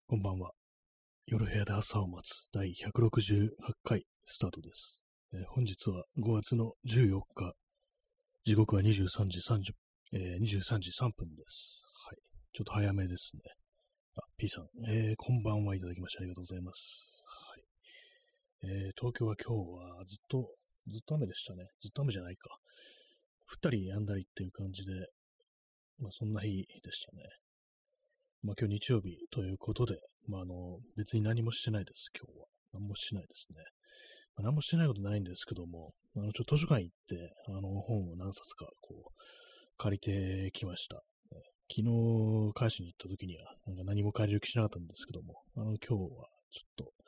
こんばんは。夜部屋で朝を待つ第168回スタートです。本日は5月の14日、時刻は23時30、23時3分です。はい。ちょっと早めですね。P さん、こんばんはいただきましてありがとうございます。はい。東京は今日はずっと雨でしたね。ずっと雨じゃないか。降ったり止んだりっていう感じで、そんな日でしたね。今日日曜日ということで、別に何もしてないです、今日は。何もしてないですね。何もしてないことないんですけども、図書館行って、本を何冊か、借りてきました。昨日、返しに行った時には、何も借りる気しなかったんですけども、今日は、ちょっと、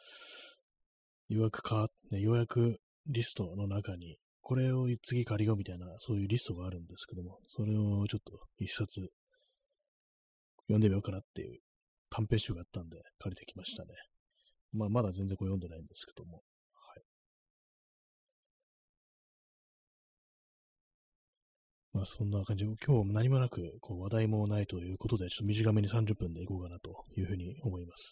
ようやくリストの中に、これを次借りようみたいな、そういうリストがあるんですけども、それをちょっと一冊読んでみようかなっていう短編集があったんで借りてきましたね。まだ全然読んでないんですけども。はい。そんな感じで、今日何もなく、話題もないということで、ちょっと短めに30分でいこうかなというふうに思います。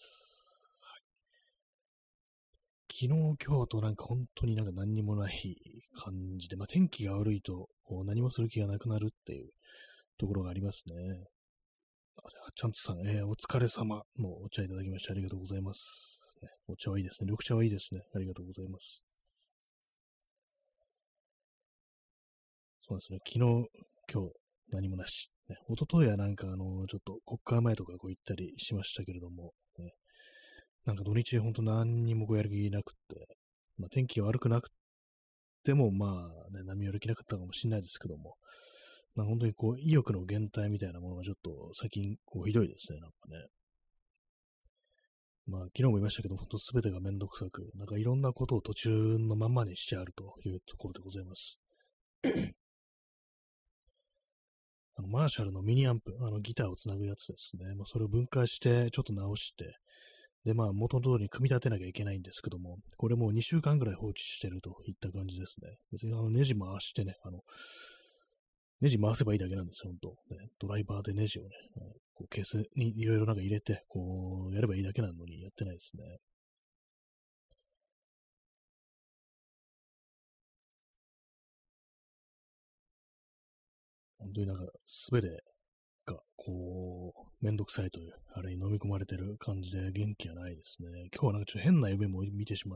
はい、昨日、今日と本当に何にもない感じで、天気が悪いと、何もする気がなくなるっていうところがありますね。ちゃんとさん、お疲れ様のお茶いただきましてありがとうございます。お茶はいいですね。緑茶はいいですね。ありがとうございます。そうですね。昨日、今日、何もなし。一昨日はちょっと国会前とか行ったりしましたけれども、ね、土日ほんと何にもやる気なくって、天気が悪くなくても、何もやる気なかったかもしれないですけども、本当に意欲の減退みたいなものがちょっと最近、ひどいですね、ね。昨日も言いましたけど、本当すべてがめんどくさく、いろんなことを途中のままにしちゃうというところでございます。マーシャルのミニアンプ、ギターをつなぐやつですね。それを分解して、ちょっと直して、で、元の通りに組み立てなきゃいけないんですけども、これもう2週間ぐらい放置してるといった感じですね。別にネジ回してね、ネジ回せばいいだけなんですよ、本当ね。ドライバーでネジをね、ケースにいろいろ入れて、やればいいだけなのにやってないですね。本当にすべてが、めんどくさいという、あれに飲み込まれてる感じで元気がないですね。今日はちょっと変な夢も見てしまって、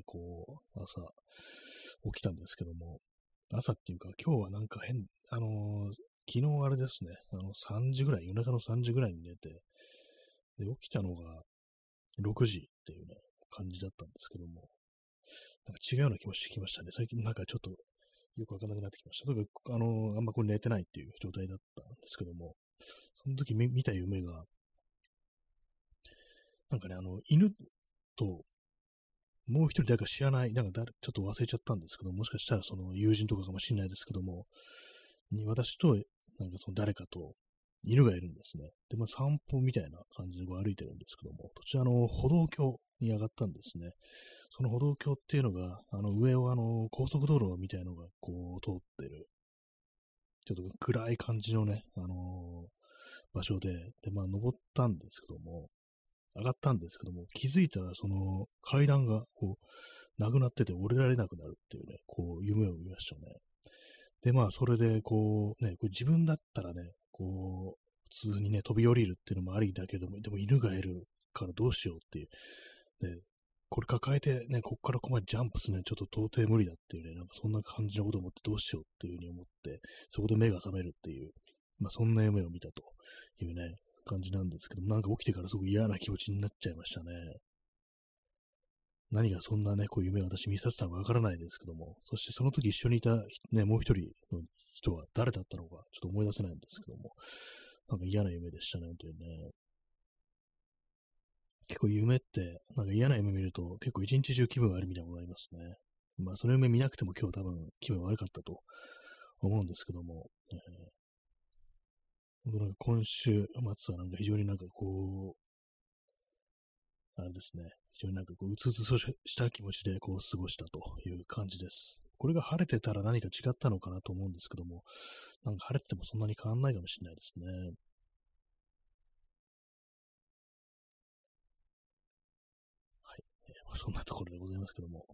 朝起きたんですけども、朝っていうか、今日は昨日あれですね、3時ぐらい、夜中の3時ぐらいに寝て、で、起きたのが6時っていうね、感じだったんですけども、違うような気もしてきましたね。最近ちょっとよくわかんなくなってきました。とにかく、あんま寝てないっていう状態だったんですけども、その時見た夢が、犬と、もう一人誰か知らない、ちょっと忘れちゃったんですけど、もしかしたらその友人とかかもしれないですけども、私と、その誰かと犬がいるんですね。で、散歩みたいな感じで歩いてるんですけども、途中歩道橋に上がったんですね。その歩道橋っていうのが、上を高速道路みたいのが通ってる、ちょっと暗い感じのね、場所で、で、登ったんですけども、上がったんですけども、気づいたらその階段がなくなってて降りられなくなるっていうね、夢を見ましたね。で、それでこれ自分だったらね、普通にね、飛び降りるっていうのもありだけども、でも犬がいるからどうしようっていう、ね、これ抱えてね、こっからここまでジャンプするのにちょっと到底無理だっていうね、そんな感じのことを思ってどうしようっていうふうに思って、そこで目が覚めるっていう、そんな夢を見たというね、感じなんですけども、起きてからすごく嫌な気持ちになっちゃいましたね。何がそんなね、夢を私見させたのかわからないですけども、そしてその時一緒にいた、ね、もう一人の人は誰だったのかちょっと思い出せないんですけども、嫌な夢でしたね、本当にね。結構夢って、嫌な夢見ると結構一日中気分悪いみたいなことありますね。その夢見なくても今日多分気分悪かったと思うんですけども、今週末は非常にあれですね、非常にうつうつとした気持ちで過ごしたという感じです。これが晴れてたら何か違ったのかなと思うんですけども、晴れててもそんなに変わんないかもしれないですね。 そんなところでございますけども、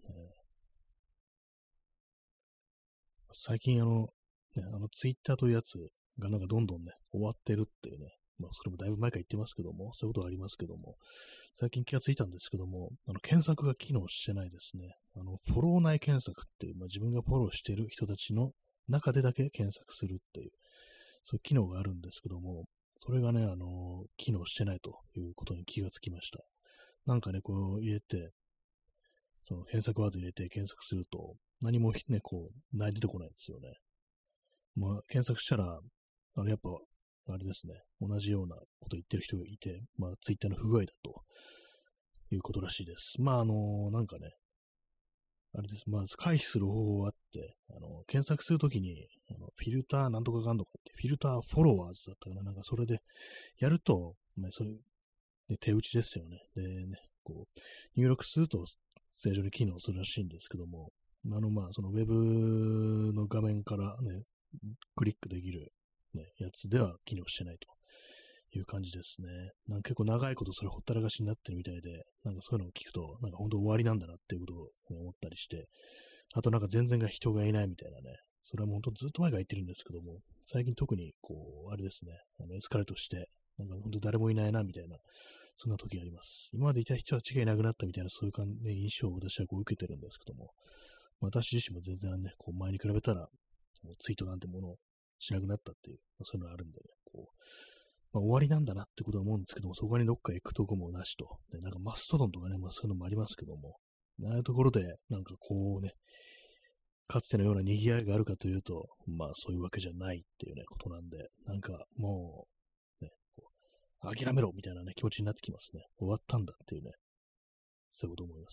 最近ツイッターというやつがなんかどんどんね、終わってるっていうね、まあ、それもだいぶ前から言ってますけども、そういうことはありますけども、最近気がついたんですけども、検索が機能してないですね。フォロー内検索っていう、まあ、自分がフォローしている人たちの中でだけ検索するっていう、そういう機能があるんですけども、それがね、機能してないということに気がつきました。なんかね、こう入れて、その検索ワード入れて検索すると、何もね、こう、出てこないんですよね。まあ、検索したら、やっぱ、あれですね、同じようなこと言ってる人がいて、まあ、ツイッターの不具合だということらしいです。まあ、なんかね、あれです。まあ、回避する方法はあって、検索するときに、フィルターなんとかかんとかって、フィルターフォロワーズだったかな、なんかそれでやると、まあ、それ、ね、手打ちですよね。でね、こう、入力すると正常に機能するらしいんですけども、まあ、そのウェブの画面からね、クリックできる、ね、やつでは機能してないという感じですね。なんか結構長いことそれほったらかしになってるみたいで、なんかそういうのを聞くと、なんか本当終わりなんだなっていうことを思ったりして、あとなんか全然が人がいないみたいなね、それはもう本当ずっと前から言ってるんですけども、最近特にこう、あれですね、エスカレートして、なんか本当誰もいないなみたいな、そんな時があります。今までいた人たちがいなくなったみたいな、そういう感じ、ね、印象を私はこう受けてるんですけども、私自身も全然ね、こう前に比べたら、もうツイートなんてものをしなくなったっていう、まあ、そういうのがあるんでね、こう、まあ、終わりなんだなってことは思うんですけども、そこにどっか行くとこもなしと。で、なんかマストドンとかね、まあそういうのもありますけども、ああいうところで、なんかこうね、かつてのような賑わいがあるかというと、まあそういうわけじゃないっていうね、ことなんで、なんかもう、ね、こう諦めろみたいなね、気持ちになってきますね。終わったんだっていうね、そういうこと思います。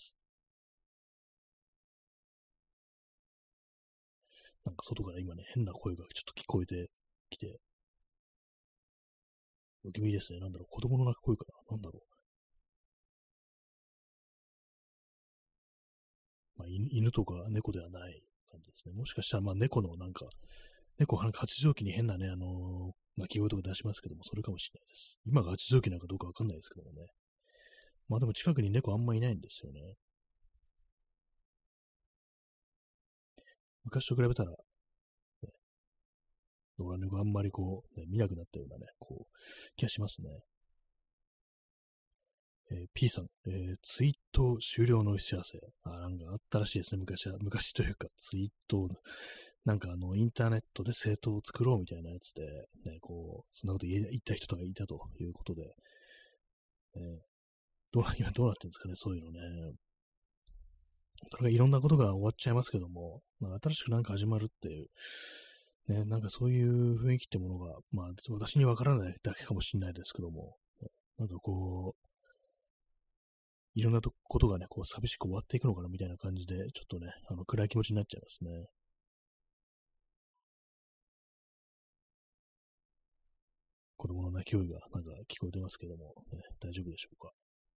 なんか外から今ね、変な声がちょっと聞こえてきて、不気味ですね。なんだろう、子供の泣く声かな。なんだろう。まあ、犬とか猫ではない感じですね。もしかしたら、まあ、猫のなんか、猫は発情期に変なね、鳴き声とか出しますけども、それかもしれないです。今が発情期なんかどうかわかんないですけどもね。まあでも近くに猫あんまいないんですよね。昔と比べたら、ね、野良猫あんまりこう、ね、見なくなったようなね、こう、気がしますね。P さん、ツイート終了のお知らせ。なんかあったらしいですね、昔は。昔というか、ツイート、なんかインターネットで政党を作ろうみたいなやつで、ね、こう、そんなこと言った人とかいたということで、今どうなってるんですかね、そういうのね。それがいろんなことが終わっちゃいますけども、まあ、新しくなんか始まるっていう、ね、なんかそういう雰囲気ってものが、まあ、私にわからないだけかもしれないですけども、なんかこう、いろんなことがね、こう、寂しく終わっていくのかなみたいな感じで、ちょっとね、暗い気持ちになっちゃいますね。子供の泣き声がなんか聞こえてますけども、ね、大丈夫でしょうか。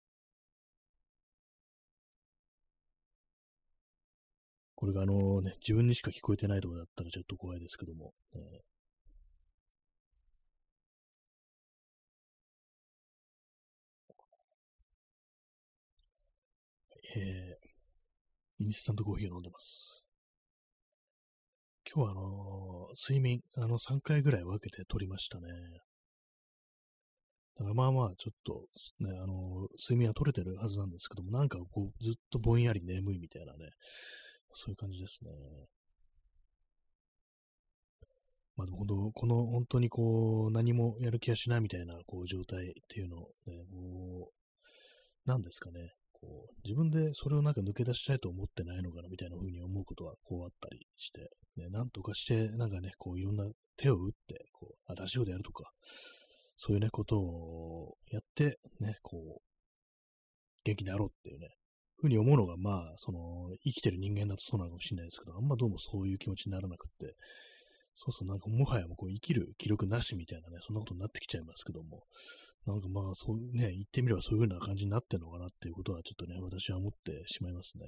これがね、自分にしか聞こえてないとかだったらちょっと怖いですけども、インスタントコーヒーを飲んでます。今日は睡眠、3回ぐらい分けて取りましたね。だからまあまあ、ちょっと、ね、睡眠は取れてるはずなんですけども、なんかこう、ずっとぼんやり眠いみたいなね、そういう感じですね。まあでも本当にこう、何もやる気がしないみたいな、こう、状態っていうのをね、こう、なんですかね、こう、自分でそれをなんか抜け出したいと思ってないのかなみたいな風に思うことはこうあったりして、ね、なんとかして、なんかね、こういろんな手を打って、こう、新しいことやるとか、そういうね、ことをやって、ね、こう、元気になろうっていうね、ふうに思うのが、まあ、生きてる人間だとそうなのかもしれないですけど、あんまどうもそういう気持ちにならなくって、そうそう、なんかもはやもうこう生きる気力なしみたいなね、そんなことになってきちゃいますけども、なんかまあ、そうね、言ってみればそういう風な感じになってんのかなっていうことはちょっとね、私は思ってしまいますね。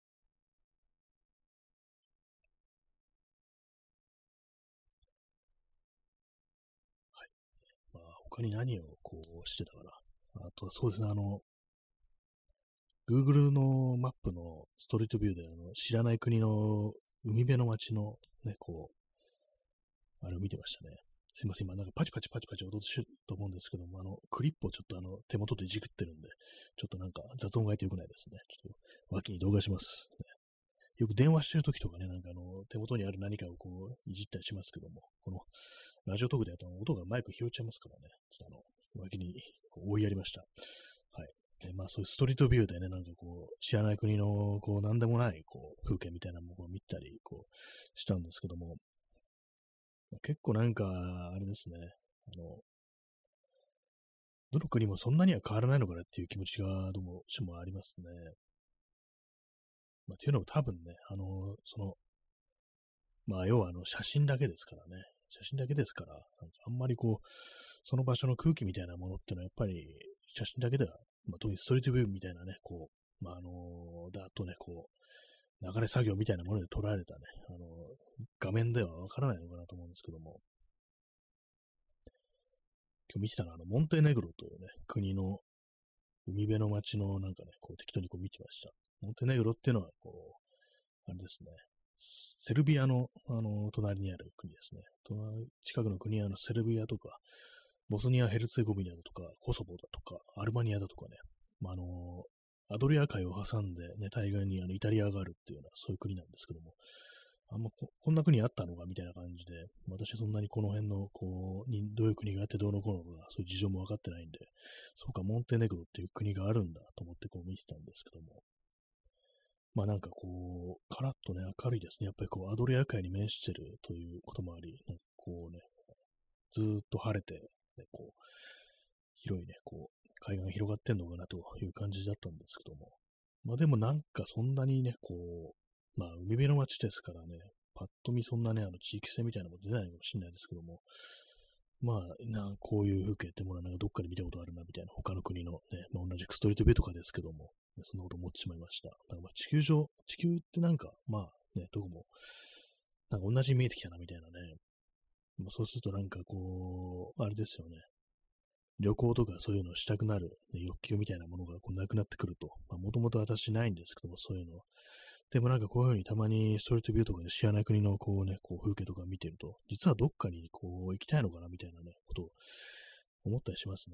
はい。まあ、他に何をこうしてたかな。あとはそうですね、 Google のマップのストリートビューで、知らない国の海辺の街のね、あれを見てましたね。すいません、今なんかパチパチパチパチ音してると思うんですけども、クリップをちょっと手元でいじくってるんで、ちょっとなんか雑音が入ってよくないですね。ちょっと脇に動画します。ね、よく電話してるときとかね、なんか手元にある何かをいじったりしますけども、このラジオトークでやると音がマイク拾っちゃいますからね、ちょっと脇に追いやりました。はい。まあそういうストリートビューでね、なんか知らない国のなんでもない風景みたいなものを見たりしたんですけども、結構なんか、あれですね、どの国もそんなには変わらないのかなっていう気持ちがどうもしもありますね。っていうのも多分ね、要は写真だけですからね。写真だけですから、なんかあんまりその場所の空気みたいなものっていうのはやっぱり写真だけでは、特にストリートビューみたいなね、だーっとね、流れ作業みたいなもので撮られたね、画面ではわからないのかなと思うんですけども、今日見てたのはモンテネグロというね、国の海辺の街のなんかね、適当に見てました。モンテネグロっていうのは、あれですね、セルビアの、隣にある国ですね。近くの国はセルビアとか、ボスニア・ヘルツェゴビナだとか、コソボだとか、アルバニアだとかね、アドリア海を挟んで、ね、対岸にイタリアがあるっていうような、そういう国なんですけども、こんな国あったのかみたいな感じで、私そんなにこの辺の、どういう国があってどうのこうのとか、そういう事情も分かってないんで、そうか、モンテネグロっていう国があるんだと思って見てたんですけども、なんかカラッとね、明るいですね。やっぱりアドリア海に面してるということもあり、なんかずーっと晴れて、ね、広いね、海岸が広がってんのかなという感じだったんですけども。でもなんかそんなにね、海辺の街ですからね、パッと見そんなね、地域性みたいなのも出ないかもしれないですけども、こういう風景ってものはなんかどっかで見たことあるなみたいな、他の国のね、同じくストリートビューとかですけども、ね、そんなこと思ってしまいました。だから地球ってなんか、どこも、なんか同じに見えてきたなみたいなね。そうするとなんかあれですよね。旅行とかそういうのをしたくなる、ね、欲求みたいなものがなくなってくると。もともと私ないんですけども、そういうの。でもなんかこういうふうにたまにストリートビューとかで知らない国の風景とか見てると、実はどっかに行きたいのかなみたいなね、ことを思ったりしますね。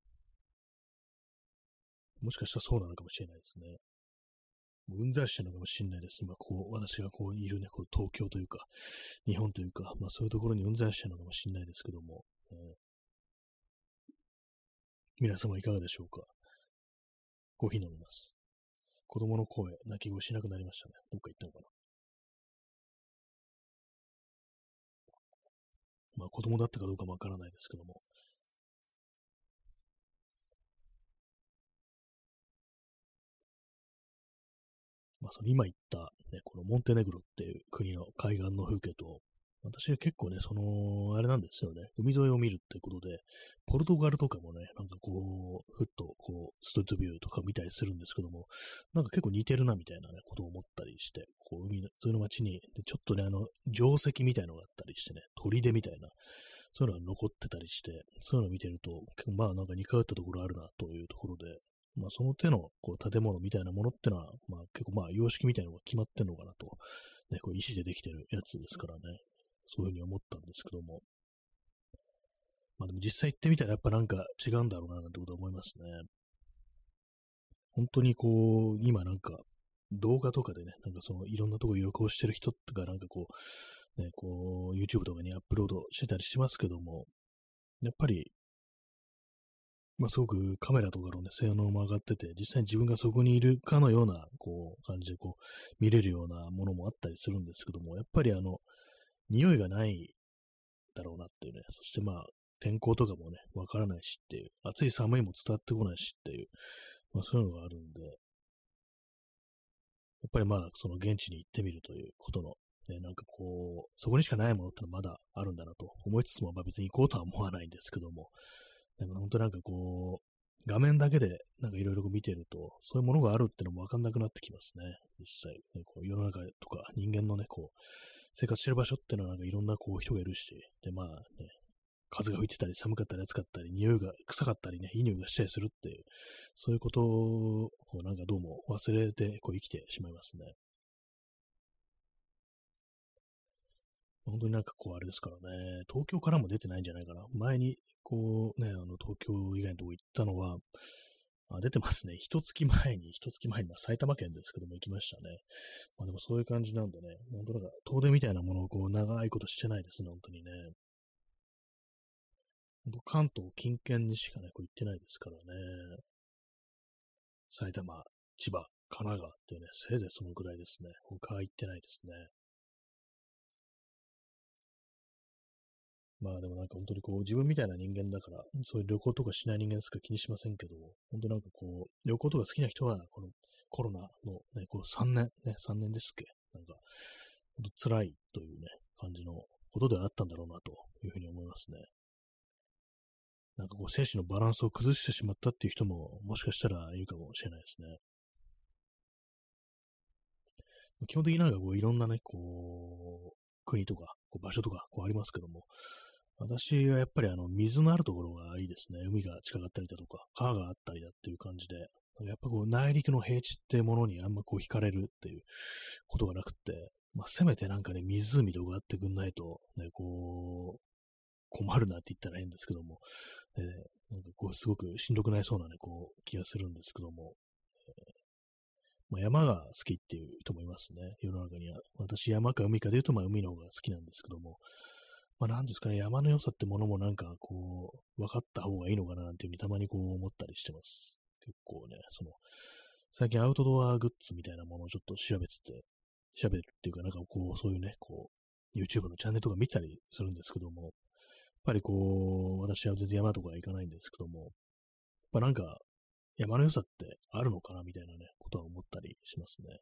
もしかしたらそうなのかもしれないですね。うんざりしてるのかもしれないです。今、私がいるね、東京というか、日本というか、そういうところにうんざりしてるのかもしれないですけども、皆様いかがでしょうか。コーヒー飲みます。子供の声、泣き声しなくなりましたね。どっか行ったのかな。子供だったかどうかもわからないですけども。その今言った、ね、このモンテネグロっていう国の海岸の風景と、私は結構ね、あれなんですよね、海沿いを見るってことで、ポルトガルとかもね、なんかふっとストリートビューとか見たりするんですけども、なんか結構似てるなみたいなね、ことを思ったりして、海沿いの街に、でちょっとね、城跡みたいのがあったりしてね、砦みたいな、そういうのが残ってたりして、そういうのを見てると、なんか似通ったところあるなというところで、その手の建物みたいなものってのは、結構様式みたいなのが決まってんのかなと、ね、石でできてるやつですからね、そういうふうに思ったんですけども。でも実際行ってみたらやっぱなんか違うんだろうななんてことは思いますね。本当に今なんか動画とかでね、なんかいろんなとこ旅行してる人とかなんかね、YouTube とかにアップロードしてたりしますけども、やっぱりすごくカメラとかのね、性能も上がってて、実際に自分がそこにいるかのような、感じで見れるようなものもあったりするんですけども、やっぱり匂いがないだろうなっていうね、そして天候とかもね、わからないしっていう、暑い寒いも伝わってこないしっていう、そういうのがあるんで、やっぱりその現地に行ってみるということの、ね、なんかそこにしかないものってのはまだあるんだなと思いつつも、別に行こうとは思わないんですけども、でも本当なんか画面だけでなんかいろいろ見てると、そういうものがあるってのもわかんなくなってきますね。実際、ね、世の中とか人間のね、生活してる場所ってのはなんかいろんな人がいるし、で、ね、 風が吹いてたり、寒かったり、暑かったり、匂いが臭かったりね、いい匂いがしたりするっていう、そういうことをなんかどうも忘れてこう生きてしまいますね。本当になんかこうあれですからね、東京からも出てないんじゃないかな。前にこうね、東京以外のとこ行ったのは、出てますね。一月前に、まあ、埼玉県ですけども行きましたね。まあでもそういう感じなんでね、本当なんか遠出みたいなものをこう長いことしてないですね、本当にね。本当関東近県にしかね、こう行ってないですからね。埼玉、千葉、神奈川っていうね、せいぜいそのくらいですね。他は行ってないですね。まあでもなんか本当にこう自分みたいな人間だから、そういう旅行とかしない人間ですから気にしませんけど、本当なんかこう、旅行とか好きな人は、このコロナのね、こう3年、ね、3年ですっけ、なんか、本当辛いというね、感じのことではあったんだろうなというふうに思いますね。なんかこう精神のバランスを崩してしまったっていう人ももしかしたらいるかもしれないですね。基本的になんかこういろんなね、こう、国とか、こう場所とか、こうありますけども、私はやっぱり水のあるところがいいですね。海が近かったりだとか、川があったりだっていう感じで、やっぱこう内陸の平地っていうものにあんまこう惹かれるっていうことがなくって、まあせめてなんかね、湖とかあってくんないと、ね、こう、困るなって言ったら変ですけども、なんかこうすごくしんどくなりそうなね、こう気がするんですけども、まあ、山が好きっていう人もいますね、世の中には。私山か海かで言うと、まあ海の方が好きなんですけども、まあ、なんですかね、山の良さってものもなんかこう、分かった方がいいのかななんていうふうにたまにこう思ったりしてます。結構ね、最近アウトドアグッズみたいなものをちょっと調べるっていうか、なんかこう、そういうね、こう、YouTube のチャンネルとか見たりするんですけども、やっぱりこう、私は全然山とか行かないんですけども、やっぱなんか、山の良さってあるのかなみたいなね、ことは思ったりしますね。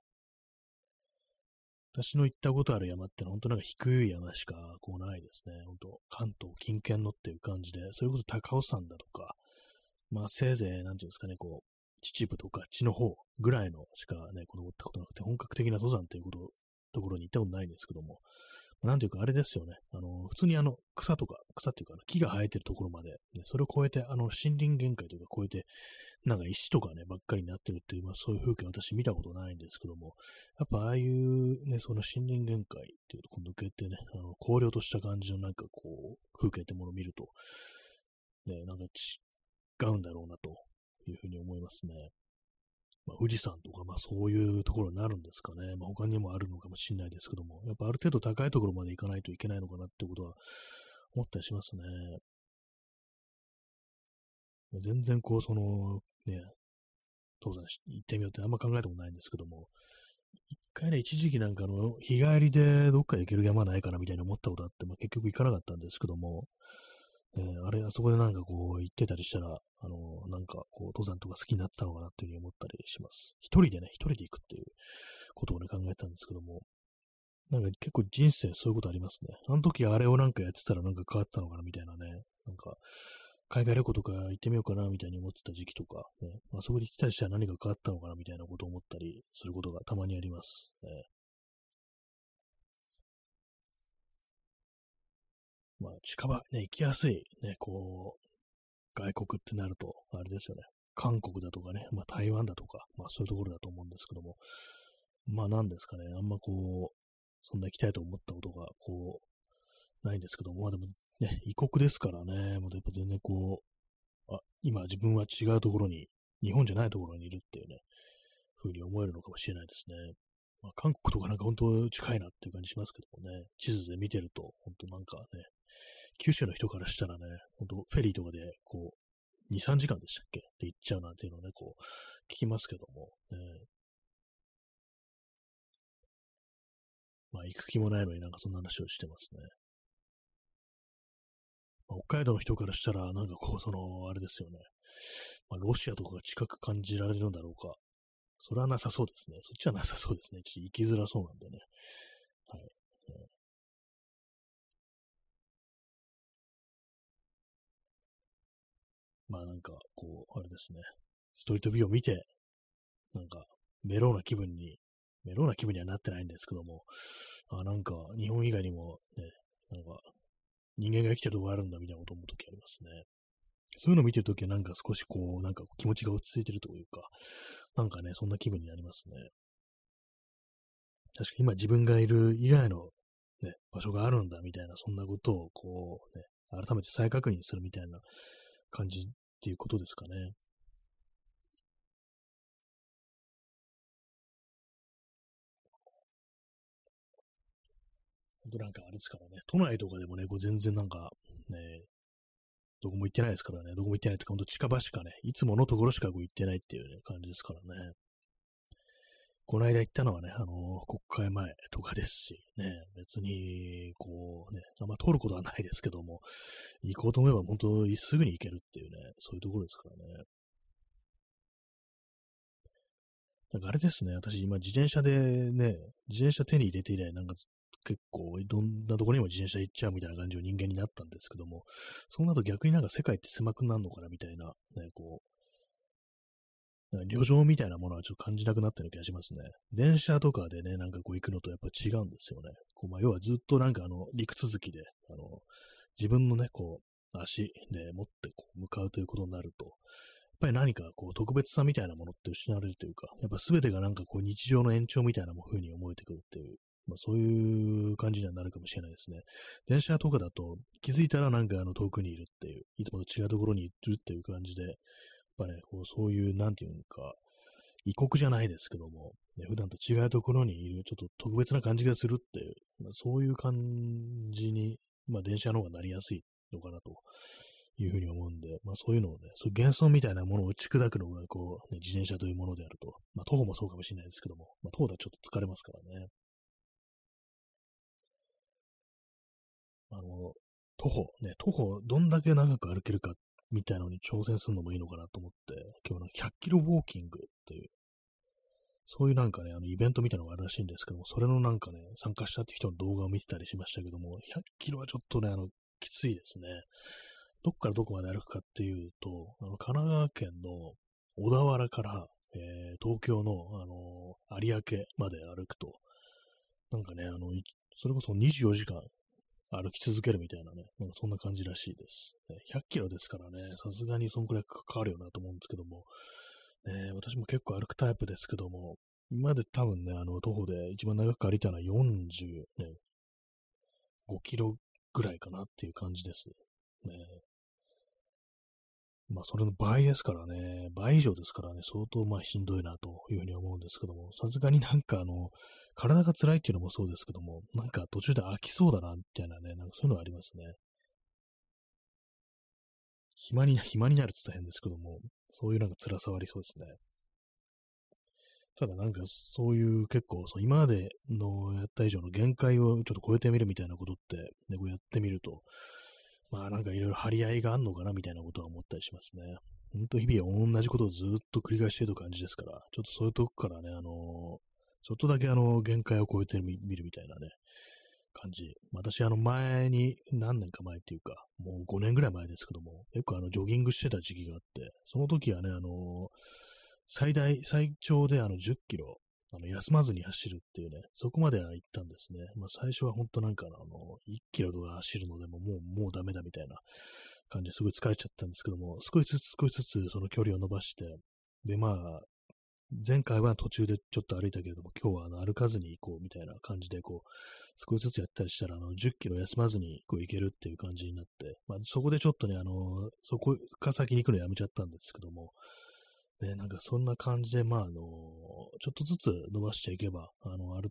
私の行ったことある山ってのは本当なんか低い山しかこうないですね。本当関東近県のっていう感じで、それこそ高尾山だとか、まあせいぜい、なんていうんですかね、こう、秩父とか地の方ぐらいのしかね、こう登ったことなくて、本格的な登山っていうところに行ったことないんですけども、なんていうかあれですよね。普通に草っていうか木が生えてるところまで、ね、それを越えて、森林限界というか越えて、なんか石とかね、ばっかりになってるっていう、まあそういう風景私見たことないんですけども、やっぱああいうね、その森林限界っていうとこ抜けてね、荒涼とした感じのなんかこう、風景ってものを見ると、ね、なんか違うんだろうなというふうに思いますね。まあ、富士山とか、まあそういうところになるんですかね。まあ他にもあるのかもしれないですけども、やっぱある程度高いところまで行かないといけないのかなってことは思ったりしますね。全然こう、ね、登山行ってみようってあんま考えたことないんですけども、一回ね、一時期なんか日帰りでどっか行ける山ないかなみたいに思ったことあって、まあ、結局行かなかったんですけども、あそこでなんかこう行ってたりしたら、なんかこう登山とか好きになったのかなっていうふうに思ったりします。一人で行くっていうことをね、考えたんですけども、なんか結構人生そういうことありますね。あの時あれをなんかやってたらなんか変わったのかなみたいなね、なんか海外旅行とか行ってみようかなみたいに思ってた時期とか、ね、まあそこで行ってたりしたら何か変わったのかなみたいなことを思ったりすることがたまにあります。まあ近場ね、行きやすいね、こう、外国ってなると、あれですよね。韓国だとかね、まあ台湾だとか、まあそういうところだと思うんですけども、まあなんですかね、あんまこう、そんな行きたいと思ったことが、こう、ないんですけども、まあでもね、異国ですからね、もうやっぱ全然こう、今自分は違うところに、日本じゃないところにいるっていうね、風に思えるのかもしれないですね。まあ、韓国とかなんか本当近いなっていう感じしますけどもね、地図で見てると、本当なんかね、九州の人からしたらね、本当フェリーとかで、こう、2、3時間でしたっけって行っちゃうなんていうのをね、こう、聞きますけども、まあ、行く気もないのになんかそんな話をしてますね。まあ、北海道の人からしたら、なんかこう、あれですよね。まあ、ロシアとかが近く感じられるんだろうか。それはなさそうですね。そっちはなさそうですね。ちょっと行きづらそうなんでね。はい。まあなんか、こう、あれですね。ストリートビューを見て、なんか、メローな気分に、メローな気分にはなってないんですけども、なんか、日本以外にもね、なんか、 人間が生きてるとこあるんだみたいなことを思うときありますね。そういうのを見てるときはなんか少しこう、なんか気持ちが落ち着いてるというか、なんかね、そんな気分になりますね。確かに今自分がいる以外のね、場所があるんだみたいな、そんなことをこうね、改めて再確認するみたいな感じっていうことですかね。本当なんかあれですからね、都内とかでもね、こう全然なんか、ね、どこも行ってないですからね、どこも行ってないとか、ほんと近場しかね、いつものところしかこう行ってないっていうね、感じですからね。この間行ったのはね、国会前とかですし、ね、別に、こうね、あんま通ることはないですけども、行こうと思えば本当にすぐに行けるっていうね、そういうところですからね。なんかあれですね、私今自転車でね、自転車手に入れて以来、なんか結構いろんなところにも自転車行っちゃうみたいな感じの人間になったんですけども、そうなると逆になんか世界って狭くなるのかなみたいな、ね、こう、なんか旅情みたいなものはちょっと感じなくなったような気がしますね。電車とかでね、なんかこう行くのとやっぱ違うんですよね。こうまあ、要はずっとなんか陸続きで、自分のね、こう、足で持ってこう向かうということになると、やっぱり何かこう特別さみたいなものって失われるというか、やっぱ全てがなんかこう日常の延長みたいな風に思えてくるっていう、まあそういう感じにはなるかもしれないですね。電車とかだと気づいたらなんか遠くにいるっていう、いつもと違うところにいるっていう感じで、やっぱね、こうそういう、なんていうか、異国じゃないですけども、ね、普段と違うところにいる、ちょっと特別な感じがするっていう、まあ、そういう感じに、まあ電車の方がなりやすいのかなというふうに思うんで、まあそういうのをね、そういう幻想みたいなものを打ち砕くのが、こう、ね、自転車というものであると。まあ徒歩もそうかもしれないですけども、まあ徒歩だとちょっと疲れますからね。あの、徒歩どんだけ長く歩けるかみたいなのに挑戦するのもいいのかなと思って、今日の100キロウォーキングという、そういうなんかね、イベントみたいなのがあるらしいんですけども、それのなんかね、参加したって人の動画を見てたりしましたけども、100キロはちょっとね、きついですね。どっからどこまで歩くかっていうと、神奈川県の小田原から、東京の、有明まで歩くと、なんかね、それこそ24時間歩き続けるみたいなね、なんかそんな感じらしいです。ね、100キロですからね、さすがにそんくらいかかるよなと思うんですけども、私も結構歩くタイプですけども、今まで多分ね、徒歩で一番長く歩いたのは45、ね、5キロぐらいかなっていう感じです。ね、まあ、それの倍ですからね、倍以上ですからね、相当まあしんどいなというふうに思うんですけども、さすがになんか体が辛いっていうのもそうですけども、なんか途中で飽きそうだな、みたいなね、なんかそういうのがありますね。暇になるって言ったら変ですけども、そういうなんか辛さはありそうですね。ただなんかそういう結構、そう今までのやった以上の限界をちょっと超えてみるみたいなことって、ね、こうやってみると、まあなんかいろいろ張り合いがあるのかなみたいなことは思ったりしますね。ほんと日々は同じことをずっと繰り返している感じですから、ちょっとそういうとこからね、ちょっとだけ限界を超えてみるみたいなね、感じ。私前に、何年か前っていうか、もう5年ぐらい前ですけども、結構ジョギングしてた時期があって、その時はね、最長で10キロ、休まずに走るっていうね、そこまでは行ったんですね。まあ最初は本当なんか1キロとか走るのでもうダメだみたいな感じですごい疲れちゃったんですけども、少しずつその距離を伸ばして、でまあ、前回は途中でちょっと歩いたけれども、今日は歩かずに行こうみたいな感じで、こう、少しずつやったりしたら、10キロ休まずにこう行けるっていう感じになって、まあ、そこでちょっとね、そこから先に行くのやめちゃったんですけども、ね、なんかそんな感じで、まあ、ちょっとずつ伸ばしていけば、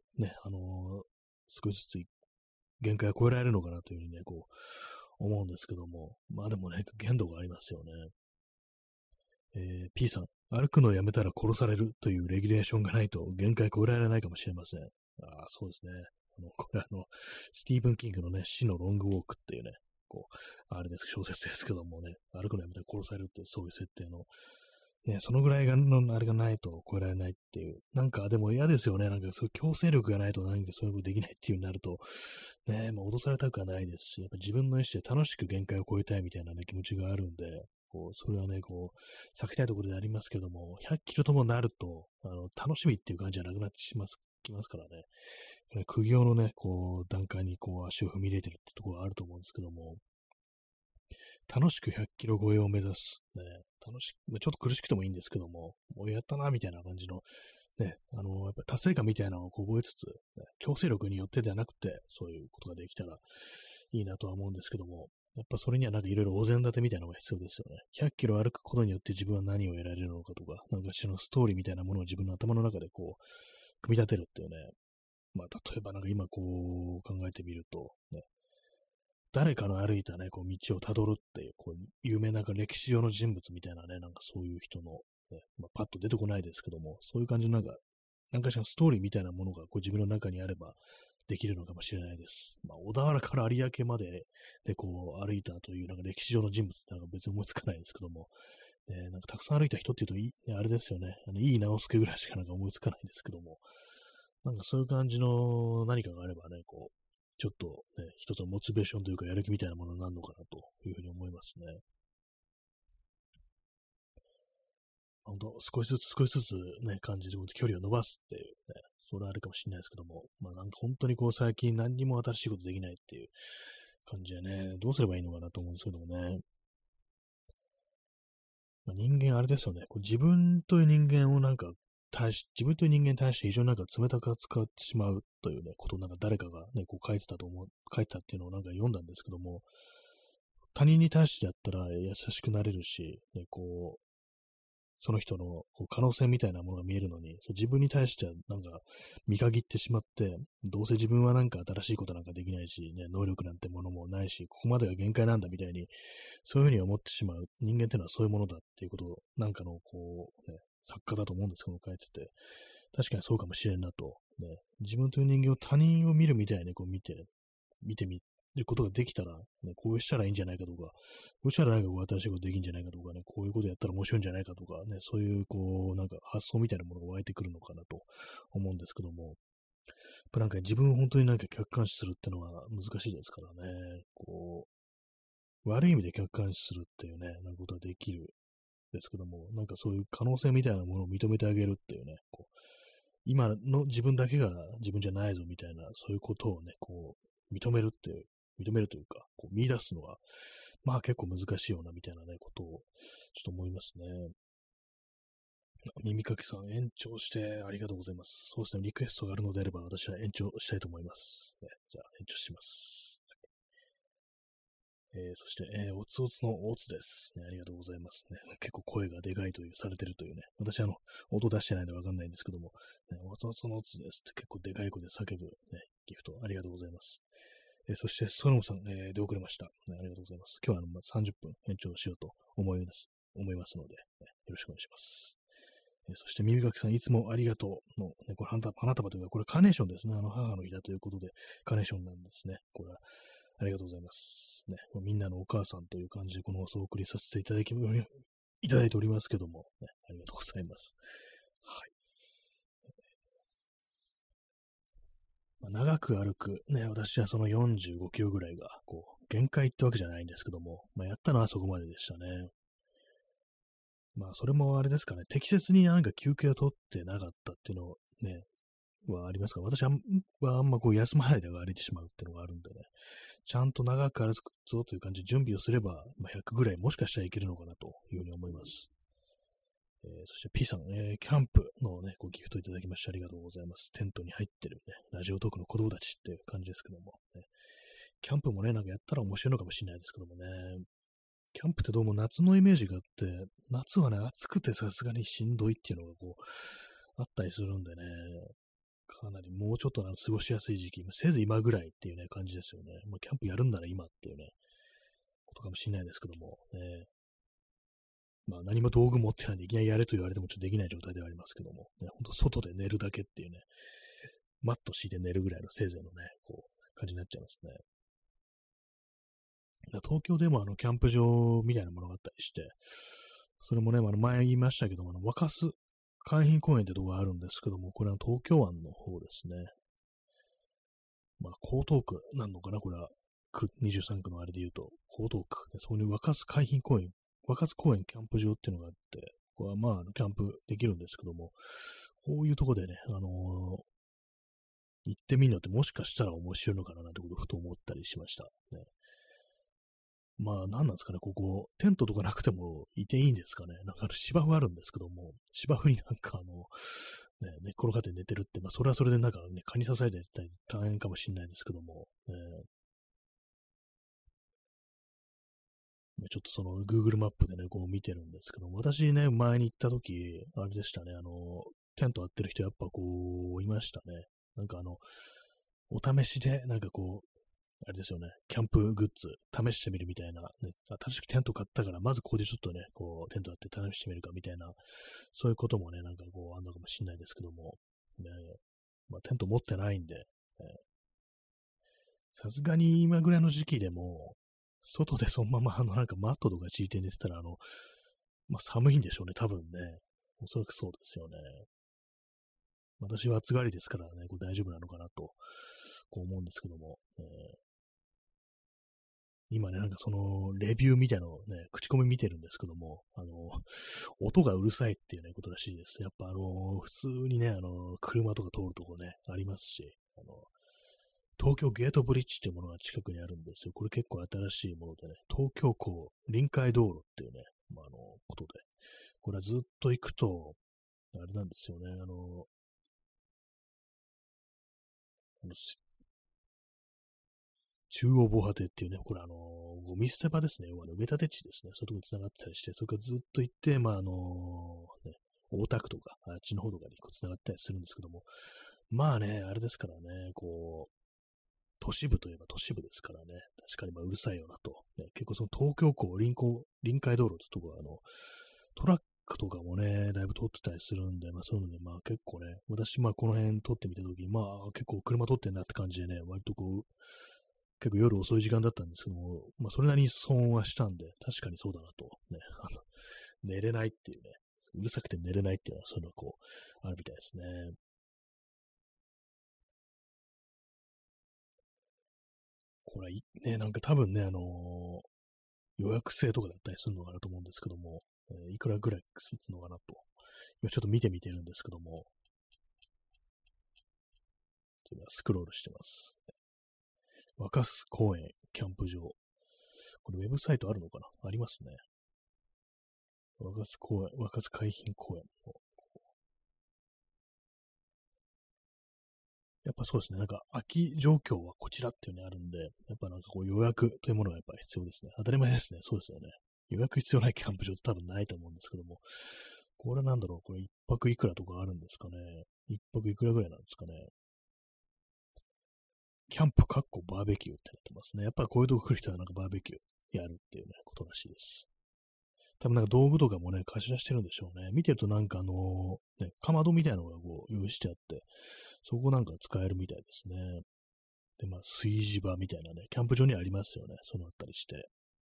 少しずつ限界を超えられるのかなというふうにね、こう、思うんですけども、まあでもね、限度がありますよね。P さん、歩くのをやめたら殺されるというレギュレーションがないと限界超えられないかもしれません。ああ、そうですね。これスティーブン・キングのね、死のロングウォークっていうね、こう、あれです、小説ですけどもね、歩くのやめたら殺されるってそういう設定の、ね、そのぐらいあれがないと超えられないっていう。なんか、でも嫌ですよね。なんか、そういう強制力がないと何かそういうことできないっていうになると、ね、まあ、脅されたくはないですし、やっぱ自分の意思で楽しく限界を超えたいみたいなね、気持ちがあるんで、こう、それはね、こう、避けたいところでありますけども、100キロともなると、楽しみっていう感じじゃなくなってしますきますからね。これ苦行のね、こう、段階にこう足を踏み入れてるってところがあると思うんですけども、楽しく100キロ超えを目指す。ね、楽しく、ちょっと苦しくてもいいんですけども、もうやったな、みたいな感じの、ね、やっぱ達成感みたいなのをこう覚えつつ、ね、強制力によってではなくて、そういうことができたらいいなとは思うんですけども、やっぱそれにはなんかいろいろお膳立てみたいなのが必要ですよね。100キロ歩くことによって自分は何を得られるのかとか、なんかしらのストーリーみたいなものを自分の頭の中でこう、組み立てるっていうね。まあ、例えばなんか今こう考えてみると、ね、誰かの歩いたね、こう道をたどるっていう、こう、有名な歴史上の人物みたいなね、なんかそういう人の、ね、まあ、パッと出てこないですけども、そういう感じのなんかしらのストーリーみたいなものがこう自分の中にあればできるのかもしれないです。まあ、小田原から有明まで、で、こう歩いたというなんか歴史上の人物ってなんか別に思いつかないんですけども、ね、なんかたくさん歩いた人っていうとあれですよね、いい直輔ぐらいしかなんか思いつかないんですけども、なんかそういう感じの何かがあればね、こう、ちょっとね、一つのモチベーションというかやる気みたいなものになるのかなというふうに思いますね。本当少しずつね、感じで距離を伸ばすっていうね、それはあるかもしれないですけども、まあなんか本当にこう最近何にも新しいことできないっていう感じでね、どうすればいいのかなと思うんですけどもね。まあ、人間あれですよね、こう自分という人間をなんか自分という人間に対して非常になんか冷たく扱ってしまうというね、ことをなんか誰かがね、こう書いてたっていうのをなんか読んだんですけども、他人に対してやったら優しくなれるし、ね、こう、その人のこう可能性みたいなものが見えるのに、自分に対してはなんか見限ってしまって、どうせ自分はなんか新しいことなんかできないし、ね、能力なんてものもないし、ここまでが限界なんだみたいに、そういうふうに思ってしまう人間っていうのはそういうものだっていうことを、なんかのこう、ね、作家だと思うんですけど、書いてて、確かにそうかもしれんなと、ね、自分という人間を他人を見るみたいにこう見てみることができたら、ね、こうしたらいいんじゃないかとか、こうしたらなんかこう新しいことできるんじゃないかとかね、こういうことやったら面白いんじゃないかとかね、そういうこう、なんか発想みたいなものが湧いてくるのかなと思うんですけども、やっぱなんか自分を本当になんか客観視するってのは難しいですからね、こう、悪い意味で客観視するっていうね、なんかことができるんですけども、なんかそういう可能性みたいなものを認めてあげるっていうね、こう今の自分だけが自分じゃないぞみたいな、そういうことをね、こう、認めるというか、こう見出すのは、まあ結構難しいようなみたいなね、ことをちょっと思いますね。耳かきさん、延長してありがとうございます。そうですね、リクエストがあるのであれば、私は延長したいと思います。ね、じゃあ、延長します。そして、おつおつのおつです、ね。ありがとうございますね。結構声がでかいという、されてるというね。私、音出してないんでわかんないんですけども、ね、おつおつのおつですって結構でかい声で叫ぶ、ね、ギフトありがとうございます。そして、ソノムさん、出遅れました、ね。ありがとうございます。今日は30分延長しようと思いますので、ね、よろしくお願いします。そして、耳かきさん、いつもありがとうの、ね、これ花束というか、これカーネーションですね。母の日だということで、カーネーションなんですね。これは、ありがとうございます。ね、みんなのお母さんという感じでこの放送をお送りさせていただいておりますけども、ね、ありがとうございます。はい。まあ、長く歩く、ね、私はその45キロぐらいが、こう、限界ってわけじゃないんですけども、まあ、やったのはそこまででしたね。まあ、それもあれですかね、適切になんか休憩を取ってなかったっていうのね、はありますか。私はあんまこう休まないで歩いてしまうっていうのがあるんでね、ちゃんと長く歩くぞという感じで準備をすれば、まあ、100ぐらいもしかしたらいけるのかなというふうに思います。そして P さん、キャンプのね、ギフトいただきましてありがとうございます。テントに入ってるね、ラジオトークの子供たちっていう感じですけども、ね、キャンプもね、なんかやったら面白いのかもしれないですけどもね、キャンプってどうも夏のイメージがあって、夏はね、暑くてさすがにしんどいっていうのがあったりするんでね、かなりもうちょっと過ごしやすい時期、せいぜい今ぐらいっていうね、感じですよね。まあ、キャンプやるんなら今っていうね、ことかもしれないですけども、ね、まあ何も道具持ってないんでいきなりやれと言われてもちょっとできない状態ではありますけども、ね、ほんと外で寝るだけっていうね、マット敷いて寝るぐらいのせいぜいのね、感じになっちゃいますね。東京でもキャンプ場みたいなものがあったりして、それもね、前言いましたけども、若洲海浜公園ってとこがあるんですけども、これは東京湾の方ですね。まあ、江東区なんのかな、これは。23区のあれで言うと、江東区。そういう若洲海浜公園、若洲公園キャンプ場っていうのがあって、これはまあ、キャンプできるんですけども、こういうとこでね、 行ってみるのってもしかしたら面白いのかななんてことをふと思ったりしました。ね、まあ、何なんですかね、ここ、テントとかなくてもいていいんですかね。なんか芝生あるんですけども、芝生になんかね、寝っ転がって寝てるって、まあ、それはそれでなんかね、蚊に刺されてたり大変かもしれないですけども、ちょっとその Google マップでね、こう見てるんですけども、私ね、前に行った時、あれでしたね、テント張ってる人やっぱこう、いましたね。なんかお試しで、なんかこう、あれですよね、キャンプグッズ試してみるみたいな、ね、新しくテント買ったから、まずここでちょっとね、こう、テントやって試してみるかみたいな、そういうこともね、なんかこう、あんのかもしれないですけども、ね、まあ、テント持ってないんで、さすがに今ぐらいの時期でも、外でそのまま、なんかマットとか敷いて寝てたら、まあ、寒いんでしょうね、多分ね。おそらくそうですよね。私は暑がりですからね、これ大丈夫なのかなと、こう思うんですけども、今ね、なんかその、レビューみたいなのをね、口コミ見てるんですけども、音がうるさいっていうね、ことらしいです。やっぱ普通にね、車とか通るとこね、ありますし、東京ゲートブリッジっていうものが近くにあるんですよ。これ結構新しいものでね、東京港臨海道路っていうね、まあ、ことで、これはずっと行くと、あれなんですよね、あの中央防波堤っていうね、これゴミ捨て場ですね。要は埋め立て地ですね。そういうとこに繋がってたりして、そこからずっと行って、まあね、大田区とか、あっちの方とかにこう繋がったりするんですけども、まあね、あれですからね、こう、都市部といえば都市部ですからね、確かにまあうるさいよなと。ね、結構その東京港臨海道路ってとこは、トラックとかもね、だいぶ通ってたりするんで、まあそういうので、まあ結構ね、私、まあこの辺通ってみたとき、まあ結構車通ってんなって感じでね、割とこう、結構夜遅い時間だったんですけども、まあそれなりに騒音はしたんで、確かにそうだなと。ね、寝れないっていうね、うるさくて寝れないっていうのは、そういうのはこう、あるみたいですね。これはいね、なんか多分ね、予約制とかだったりするのかなと思うんですけども、いくらぐらいするのかなと。今ちょっと見てみてるんですけども、今スクロールしてます。若洲公園キャンプ場。これウェブサイトあるのかなありますね。若洲公園、若洲海浜公園の。やっぱそうですね。なんか空き状況はこちらっていうのがあるんで、やっぱなんかこう予約というものがやっぱ必要ですね。当たり前ですね。そうですよね。予約必要ないキャンプ場って多分ないと思うんですけども、これなんだろう、これ一泊いくらとかあるんですかね。一泊いくらぐらいなんですかね。キャンプかっこバーベキューってなってますね。やっぱこういうとこ来る人はなんかバーベキューやるっていうね、ことらしいです。多分なんか道具とかもね、貸し出してるんでしょうね。見てるとなんかね、かまどみたいなのがこう用意してあって、そこなんか使えるみたいですね。で、まあ、炊事場みたいなね、キャンプ場にありますよね。そうなったりして。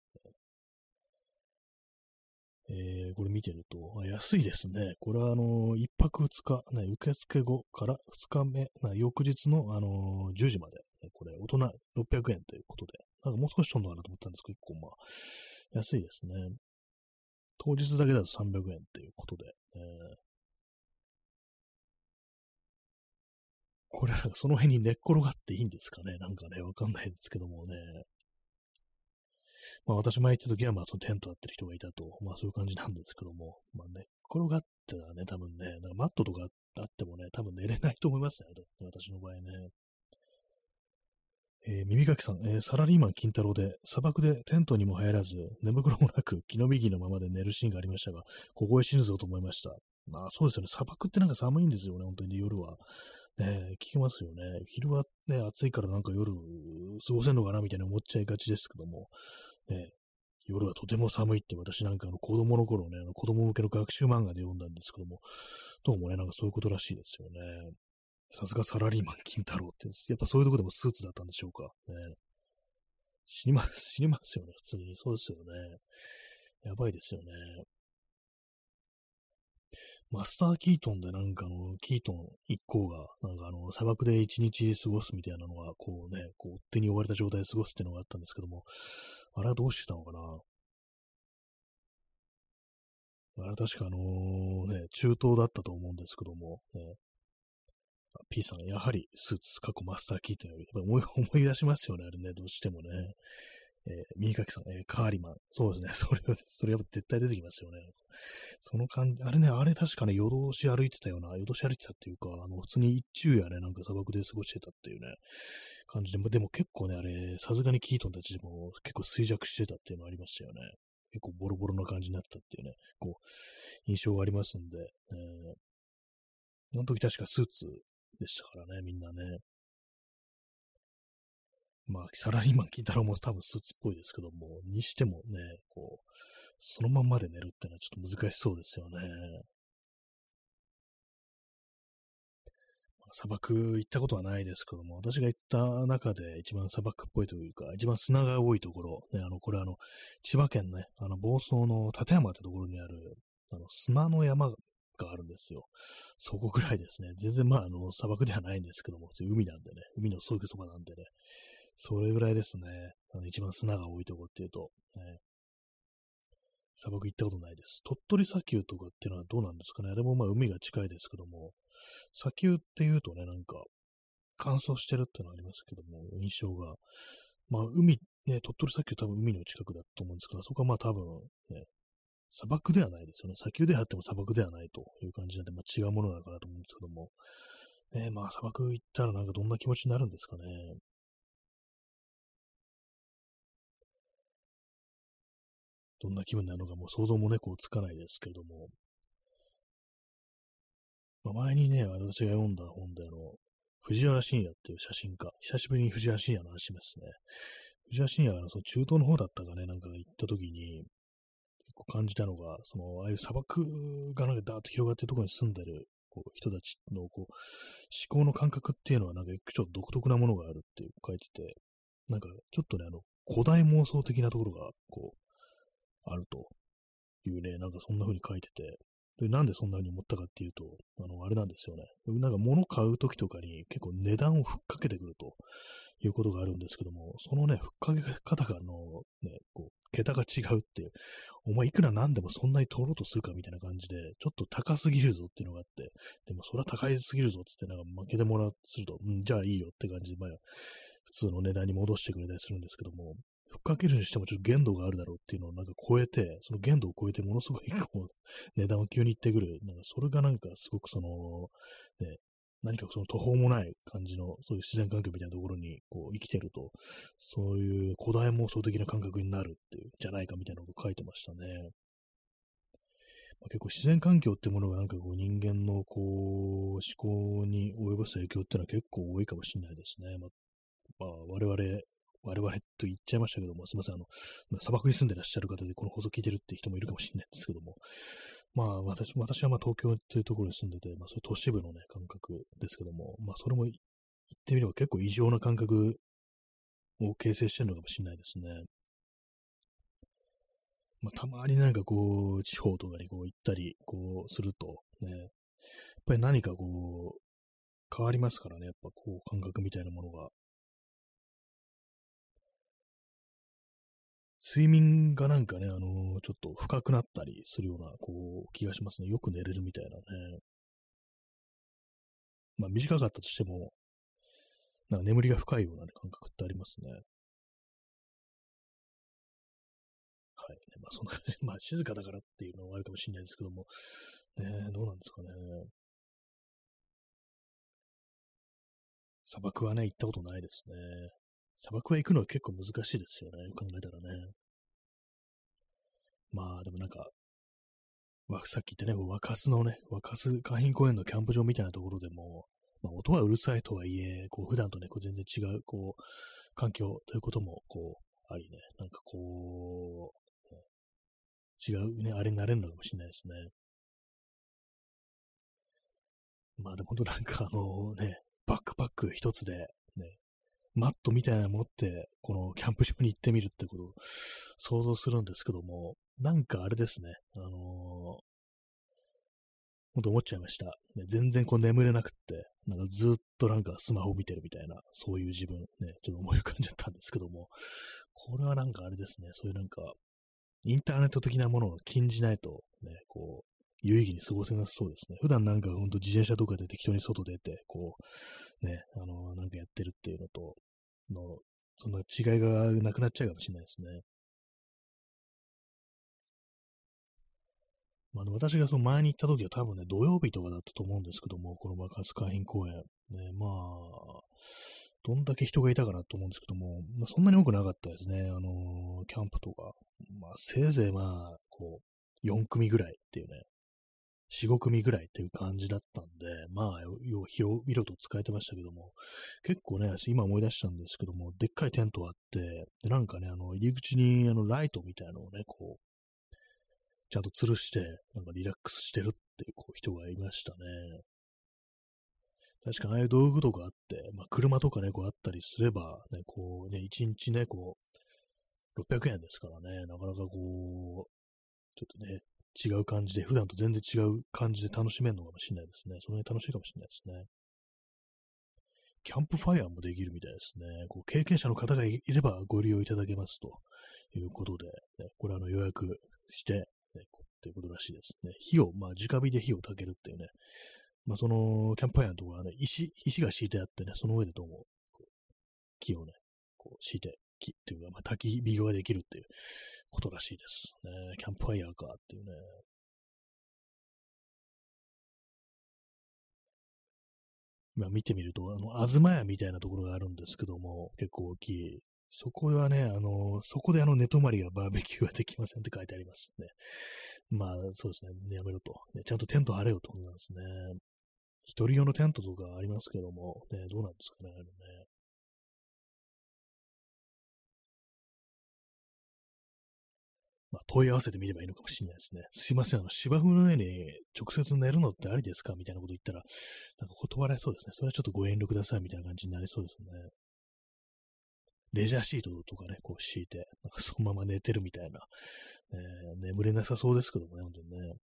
これ見てると、安いですね。これは1泊2日、ね、受付後から2日目、翌日の、10時まで、ね、これ、大人600円ということで、なんかもう少し飛んだかなと思ったんですけど、結構まあ、安いですね。当日だけだと300円ということで、これなんかその辺に寝っ転がっていいんですかねなんかね、わかんないですけどもね。まあ私前行った時はまあそのテント張ってる人がいたと、まあそういう感じなんですけども、まあ寝っ転がってたらね、多分ね、なんかマットとかあってもね、多分寝れないと思いますね、私の場合ね。耳かきさん、サラリーマン金太郎で、砂漠でテントにも入らず、寝袋もなく、木の幹のままで寝るシーンがありましたが、凍え死ぬぞと思いました。まあそうですよね、砂漠ってなんか寒いんですよね、本当に夜は。ね、聞きますよね。昼はね、暑いからなんか夜過ごせんのかなみたいに思っちゃいがちですけども、ね、夜はとても寒いって私なんか子供の頃ね、子供向けの学習漫画で読んだんですけども、どうもね、なんかそういうことらしいですよね。さすがサラリーマン金太郎って、やっぱそういうとこでもスーツだったんでしょうか。ね、死にますよね、普通に。そうですよね。やばいですよね。マスター・キートンでなんかキートン一行が、なんか砂漠で一日過ごすみたいなのが、こうね、こう、追っ手に追われた状態で過ごすっていうのがあったんですけども、あれはどうしてたのかな。あれ確かね、中東だったと思うんですけども、ね、 P さん、やはりスーツ、過去マスターキーというのをやっぱり思い出しますよね、あれね、どうしてもね。右かきさん、カーリマン。そうですね。それやっぱ絶対出てきますよね。その感じ、あれね、あれ確かね、夜通し歩いてたような、夜通し歩いてたっていうか、普通に一昼夜ね、なんか砂漠で過ごしてたっていうね、感じで、でも結構ね、あれ、さすがにキートンたちも結構衰弱してたっていうのありましたよね。結構ボロボロな感じになったっていうね、印象がありますんで、あの時確かスーツでしたからね、みんなね。まあ、サラリーマン金太郎も多分スーツっぽいですけども、にしてもね、そのまんまで寝るってのはちょっと難しそうですよね。砂漠行ったことはないですけども、私が行った中で一番砂漠っぽいというか、一番砂が多いところ、ね、これ千葉県ね、房総の館山ってところにある、砂の山があるんですよ。そこぐらいですね。全然まあ、砂漠ではないんですけども、海なんでね、海のすぐそばなんでね、それぐらいですね。一番砂が多いところっていうと、ね、砂漠行ったことないです。鳥取砂丘とかっていうのはどうなんですかね。あれもまあ海が近いですけども、砂丘っていうとね、なんか乾燥してるってのはありますけども、印象が。まあ海、ね、鳥取砂丘多分海の近くだと思うんですけど、そこはまあ多分ね、砂漠ではないですよね。砂丘であっても砂漠ではないという感じなんで、まあ違うものなのかなと思うんですけども、ね、まあ砂漠行ったらなんかどんな気持ちになるんですかね。どんな気分になるのかもう想像もね、つかないですけれども、まあ、前にね、私が読んだ本で藤原信也っていう写真家、久しぶりに藤原信也の話しますね。藤原信也はその中東の方だったかね、なんか行った時に、結構感じたのが、ああいう砂漠がなんかダーッと広がってるところに住んでる人たちの思考の感覚っていうのはなんかちょっと独特なものがあるって書いてて、なんかちょっとね、古代妄想的なところがあるというね、なんかそんな風に書いてて、で、なんでそんな風に思ったかっていうと、あれなんですよね。なんか物買うときとかに結構値段をふっかけてくるということがあるんですけども、そのね、ふっかけ方がね、桁が違うっていう、お前いくらなんでもそんなに取ろうとするかみたいな感じで、ちょっと高すぎるぞっていうのがあって、でもそれは高いすぎるぞっつってなんか負けてもらうとすると、じゃあいいよって感じで、まあ、普通の値段に戻してくれたりするんですけども、ふっかけるにしてもちょっと限度があるだろうっていうのをなんか超えて、その限度を超えてものすごい値段を急に言ってくる。なんかそれがなんかすごくね、何かその途方もない感じの、そういう自然環境みたいなところに生きてると、そういう古代妄想的な感覚になるっていう、じゃないかみたいなことを書いてましたね。まあ、結構自然環境ってものがなんか人間の思考に及ぼす影響っていうのは結構多いかもしれないですね。まあ、我々と言っちゃいましたけども、すみません、砂漠に住んでらっしゃる方でこの放送聞いてるって人もいるかもしれないですけども、まあ、私はまあ東京っていうところに住んでて、まあ、そういう都市部のね、感覚ですけども、まあ、それも言ってみれば結構異常な感覚を形成してるのかもしれないですね。まあ、たまになんか地方とかに行ったり、すると、ね、やっぱり何か変わりますからね、やっぱ感覚みたいなものが。睡眠がなんかね、ちょっと深くなったりするような、気がしますね。よく寝れるみたいなね。まあ、短かったとしても、なんか眠りが深いような、ね、感覚ってありますね。はい。まあ、そんな感じ。まあ、静かだからっていうのはあるかもしれないですけども、ね、どうなんですかね。砂漠はね、行ったことないですね。砂漠は行くのは結構難しいですよね。考えたらね。まあ、でもなんか、さっき言ったね、若洲海浜公園のキャンプ場みたいなところでも、まあ、音はうるさいとはいえ、普段とね、全然違う、環境ということも、ありね、なんか違うね、あれになれるのかもしれないですね。まあでも本当なんかね、バックパック一つで、ね、マットみたいなの持って、このキャンプ場に行ってみるってことを想像するんですけども、なんかあれですね、本当思っちゃいました。ね、全然眠れなくって、なんかずっとなんかスマホ見てるみたいな、そういう自分、ね、ちょっと思い浮かんじゃったんですけども、これはなんかあれですね、そういうなんか、インターネット的なものを禁じないと、ね、 有意義に過ごせなさそうですね。普段なんかほんと自転車とかで適当に外出て、ね、なんかやってるっていうのと、そんな違いがなくなっちゃうかもしれないですね。私がその前に行った時は多分ね、土曜日とかだったと思うんですけども、この爆発海浜公園。ね、どんだけ人がいたかなと思うんですけども、そんなに多くなかったですね。キャンプとか。せいぜい4組ぐらいっていうね、4、5組ぐらいっていう感じだったんで、広々と使えてましたけども、結構ね、今思い出したんですけども、でっかいテントあって、でなんかね、入り口にライトみたいなのをね、ちゃんと吊るして、なんかリラックスしてるっていう人がいましたね。確かにああいう道具とかあって、車とかね、あったりすれば、ね、1日ね、600円ですからね、なかなかちょっとね、違う感じで、普段と全然違う感じで楽しめるのかもしれないですね。その辺楽しいかもしれないですね。キャンプファイヤーもできるみたいですね。経験者の方がいればご利用いただけますということで、ね、これ予約して、ね、ということらしいですね。直火で火を焚けるっていうね。その、キャンプファイヤーのところはね、石が敷いてあってね、その上でどうも、木をね、敷いて、木っていうか、焚き火ができるっていうことらしいですね。キャンプファイヤーかっていうね。今見てみると、東屋みたいなところがあるんですけども、結構大きい。そこはね、そこで寝泊まりがバーベキューはできませんって書いてありますね。そうですね。やめろと。ね、ちゃんとテント張れよと思いますね。一人用のテントとかありますけども、ね、どうなんですかね、ね。問い合わせてみればいいのかもしれないですね。すいません、芝生の上に直接寝るのってありですかみたいなこと言ったら、なんか断られそうですね。それはちょっとご遠慮くださいみたいな感じになりそうですね。レジャーシートとかね、敷いて、なんかそのまま寝てるみたいな、眠れなさそうですけどもね、本当にね。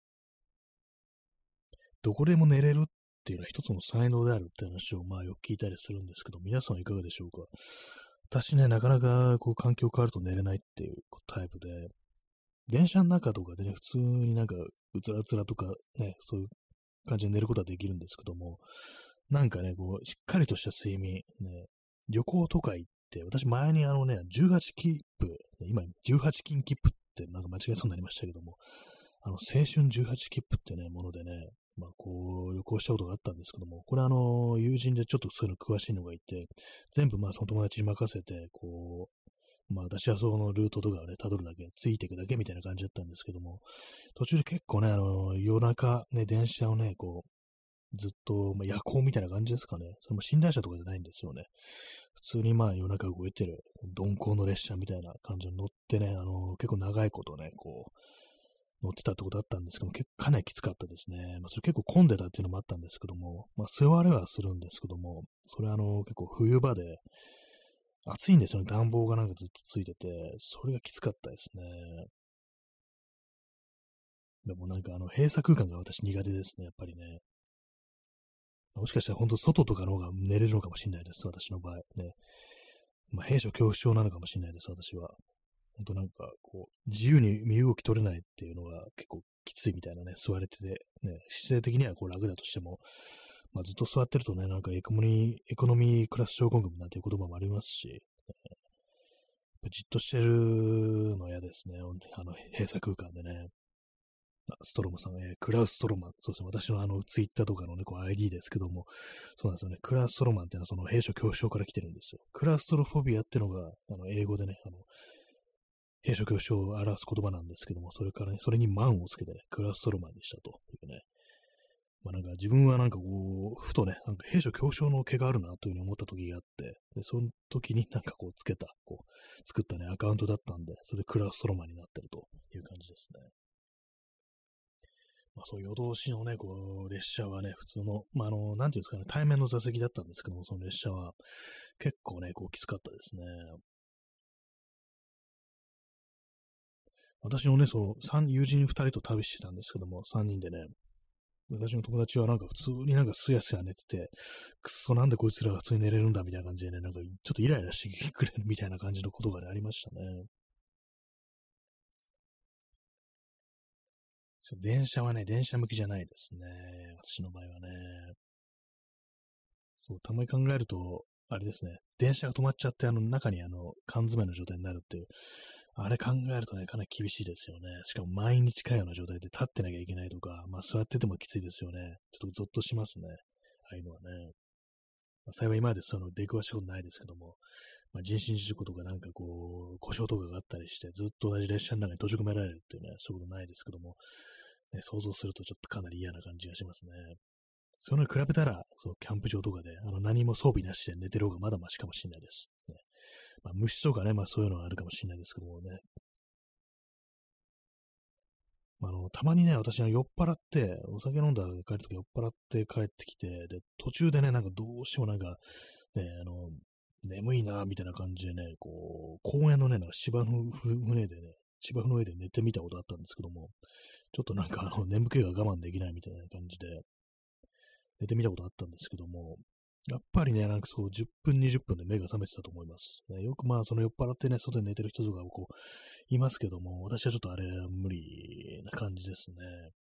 どこでも寝れるっていうのは一つの才能であるって話をよく聞いたりするんですけど、皆さんいかがでしょうか？私ね、なかなか環境変わると寝れないっていうタイプで、電車の中とかでね、普通になんかうつらつらとかね、そういう感じで寝ることはできるんですけども、なんかね、しっかりとした睡眠、ね、旅行とか行って、私前に18切符、今18金切符ってなんか間違えそうになりましたけども、青春18切符ってね、ものでね、旅行したことがあったんですけども、これ友人でちょっとそういうの詳しいのがいて、全部その友達に任せて、私はそのルートとかをね、辿るだけ、ついていくだけみたいな感じだったんですけども、途中で結構ね、夜中ね、電車をね、ずっと、夜行みたいな感じですかね。それも寝台車とかじゃないんですよね。普通に夜中動いてる鈍行の列車みたいな感じに乗ってね、結構長いことね、乗ってたってことあったんですけども、かなりきつかったですね。それ結構混んでたっていうのもあったんですけども、座れはするんですけども、それ結構冬場で、暑いんですよね。暖房がなんかずっとついてて、それがきつかったですね。でもなんか閉鎖空間が私苦手ですね、やっぱりね。もしかしたら本当外とかの方が寝れるのかもしれないです、私の場合。ね。閉所恐怖症なのかもしれないです、私は。本当なんか、自由に身動き取れないっていうのが結構きついみたいなね、座れてて、ね、姿勢的には楽だとしても、ずっと座ってるとね、なんかエコノミークラス症候群なんていう言葉もありますし、じっとしてるの嫌ですね、本当に閉鎖空間でね。ストロムさん、クラウス・トロマン。そうですね。私のツイッターとかのね、ID ですけども、そうなんですよね。クラウス・トロマンっていうのはその閉所恐怖症から来てるんですよ。クラウストロフォビアっていうのが、英語でね、閉所恐怖症を表す言葉なんですけども、それからね、それにマンをつけてね、クラウス・トロマンにしたというね。なんか自分はなんかふとね、なんか閉所恐怖症の毛があるなというふうに思った時があって、で、その時になんかつけた、作ったね、アカウントだったんで、それでクラウス・トロマンになってるという感じですね。そう夜通しのね、列車はね、普通の、なんていうんですかね、対面の座席だったんですけども、その列車は結構ね、きつかったですね。私のね、友人2人と旅してたんですけども、3人でね、私の友達はなんか普通になんかすやすや寝てて、くっそなんでこいつらが普通に寝れるんだみたいな感じでね、なんかちょっとイライラしてくれるみたいな感じのことがね、ありましたね。 電車はね、電車向きじゃないですね。私の場合はね。そう、たまに考えると、あれですね、電車が止まっちゃって、中に缶詰の状態になるっていう、あれ考えるとね、かなり厳しいですよね。しかも毎日かような状態で立ってなきゃいけないとか、まあ座っててもきついですよね。ちょっとゾッとしますね。ああいうのはね。まあ、幸い今まで出くわしたことないですけども、まあ、人身事故とかなんかこう、故障とかがあったりして、ずっと同じ列車の中に閉じ込められるっていうね、そういうことないですけども、ね、想像するとちょっとかなり嫌な感じがしますね。それに比べたら、そう、キャンプ場とかで、何も装備なしで寝てる方がまだマシかもしれないです。ね、まあ、虫とかね、まあそういうのはあるかもしれないですけどもね。まあ、たまにね、私は酔っ払って、お酒飲んだ帰るとき酔っ払って帰ってきて、で、途中でね、なんかどうしてもなんか、ね、眠いな、みたいな感じでね、こう、公園のね、なんか芝生の上で寝てみたことあったんですけども、ちょっとなんか眠気が我慢できないみたいな感じで、寝てみたことあったんですけども、やっぱりね、なんかそう、10分、20分で目が覚めてたと思います。ね、よくまあ、その酔っ払ってね、外で寝てる人とかこう、いますけども、私はちょっとあれ、無理な感じですね。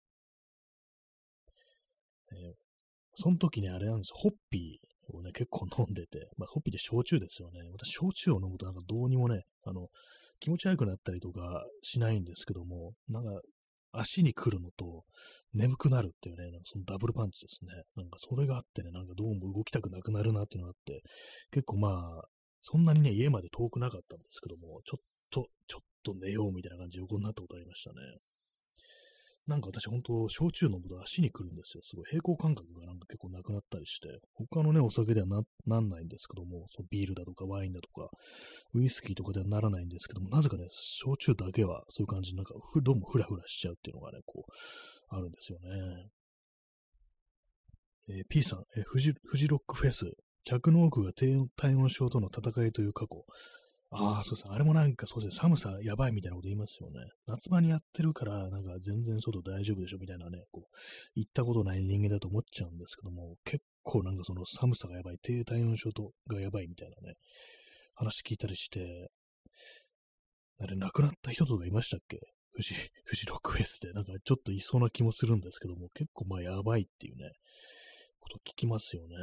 その時ね、あれなんですよ、ホッピーをね、結構飲んでて、まあ、ホッピーで焼酎ですよね。私、焼酎を飲むとなんかどうにもね、気持ち悪くなったりとかしないんですけども、なんか、足に来るのと、眠くなるっていうね、なんかそのダブルパンチですね。なんかそれがあってね、なんかどうも動きたくなくなるなっていうのがあって、結構まあ、そんなにね、家まで遠くなかったんですけども、ちょっと寝ようみたいな感じで横になったことありましたね。なんか私ほんと、焼酎飲むと足に来るんですよ。すごい平衡感覚がなんか結構なくなったりして、他のね、お酒ではなんないんですけども、そのビールだとかワインだとか、ウイスキーとかではならないんですけども、なぜかね、焼酎だけはそういう感じで、なんかどうもフラフラしちゃうっていうのがね、こう、あるんですよね。P さん、フジロックフェス、客の多くが体温症との戦いという過去。ああ、そうですね。あれもなんかそうですね。寒さやばいみたいなこと言いますよね。夏場にやってるから、なんか全然外大丈夫でしょみたいなね、こう、言ったことない人間だと思っちゃうんですけども、結構なんかその寒さがやばい、低体温症がやばいみたいなね、話聞いたりして、あれ亡くなった人とかいましたっけ？フジロックフェスで、なんかちょっといそうな気もするんですけども、結構まあやばいっていうね、こと聞きますよね。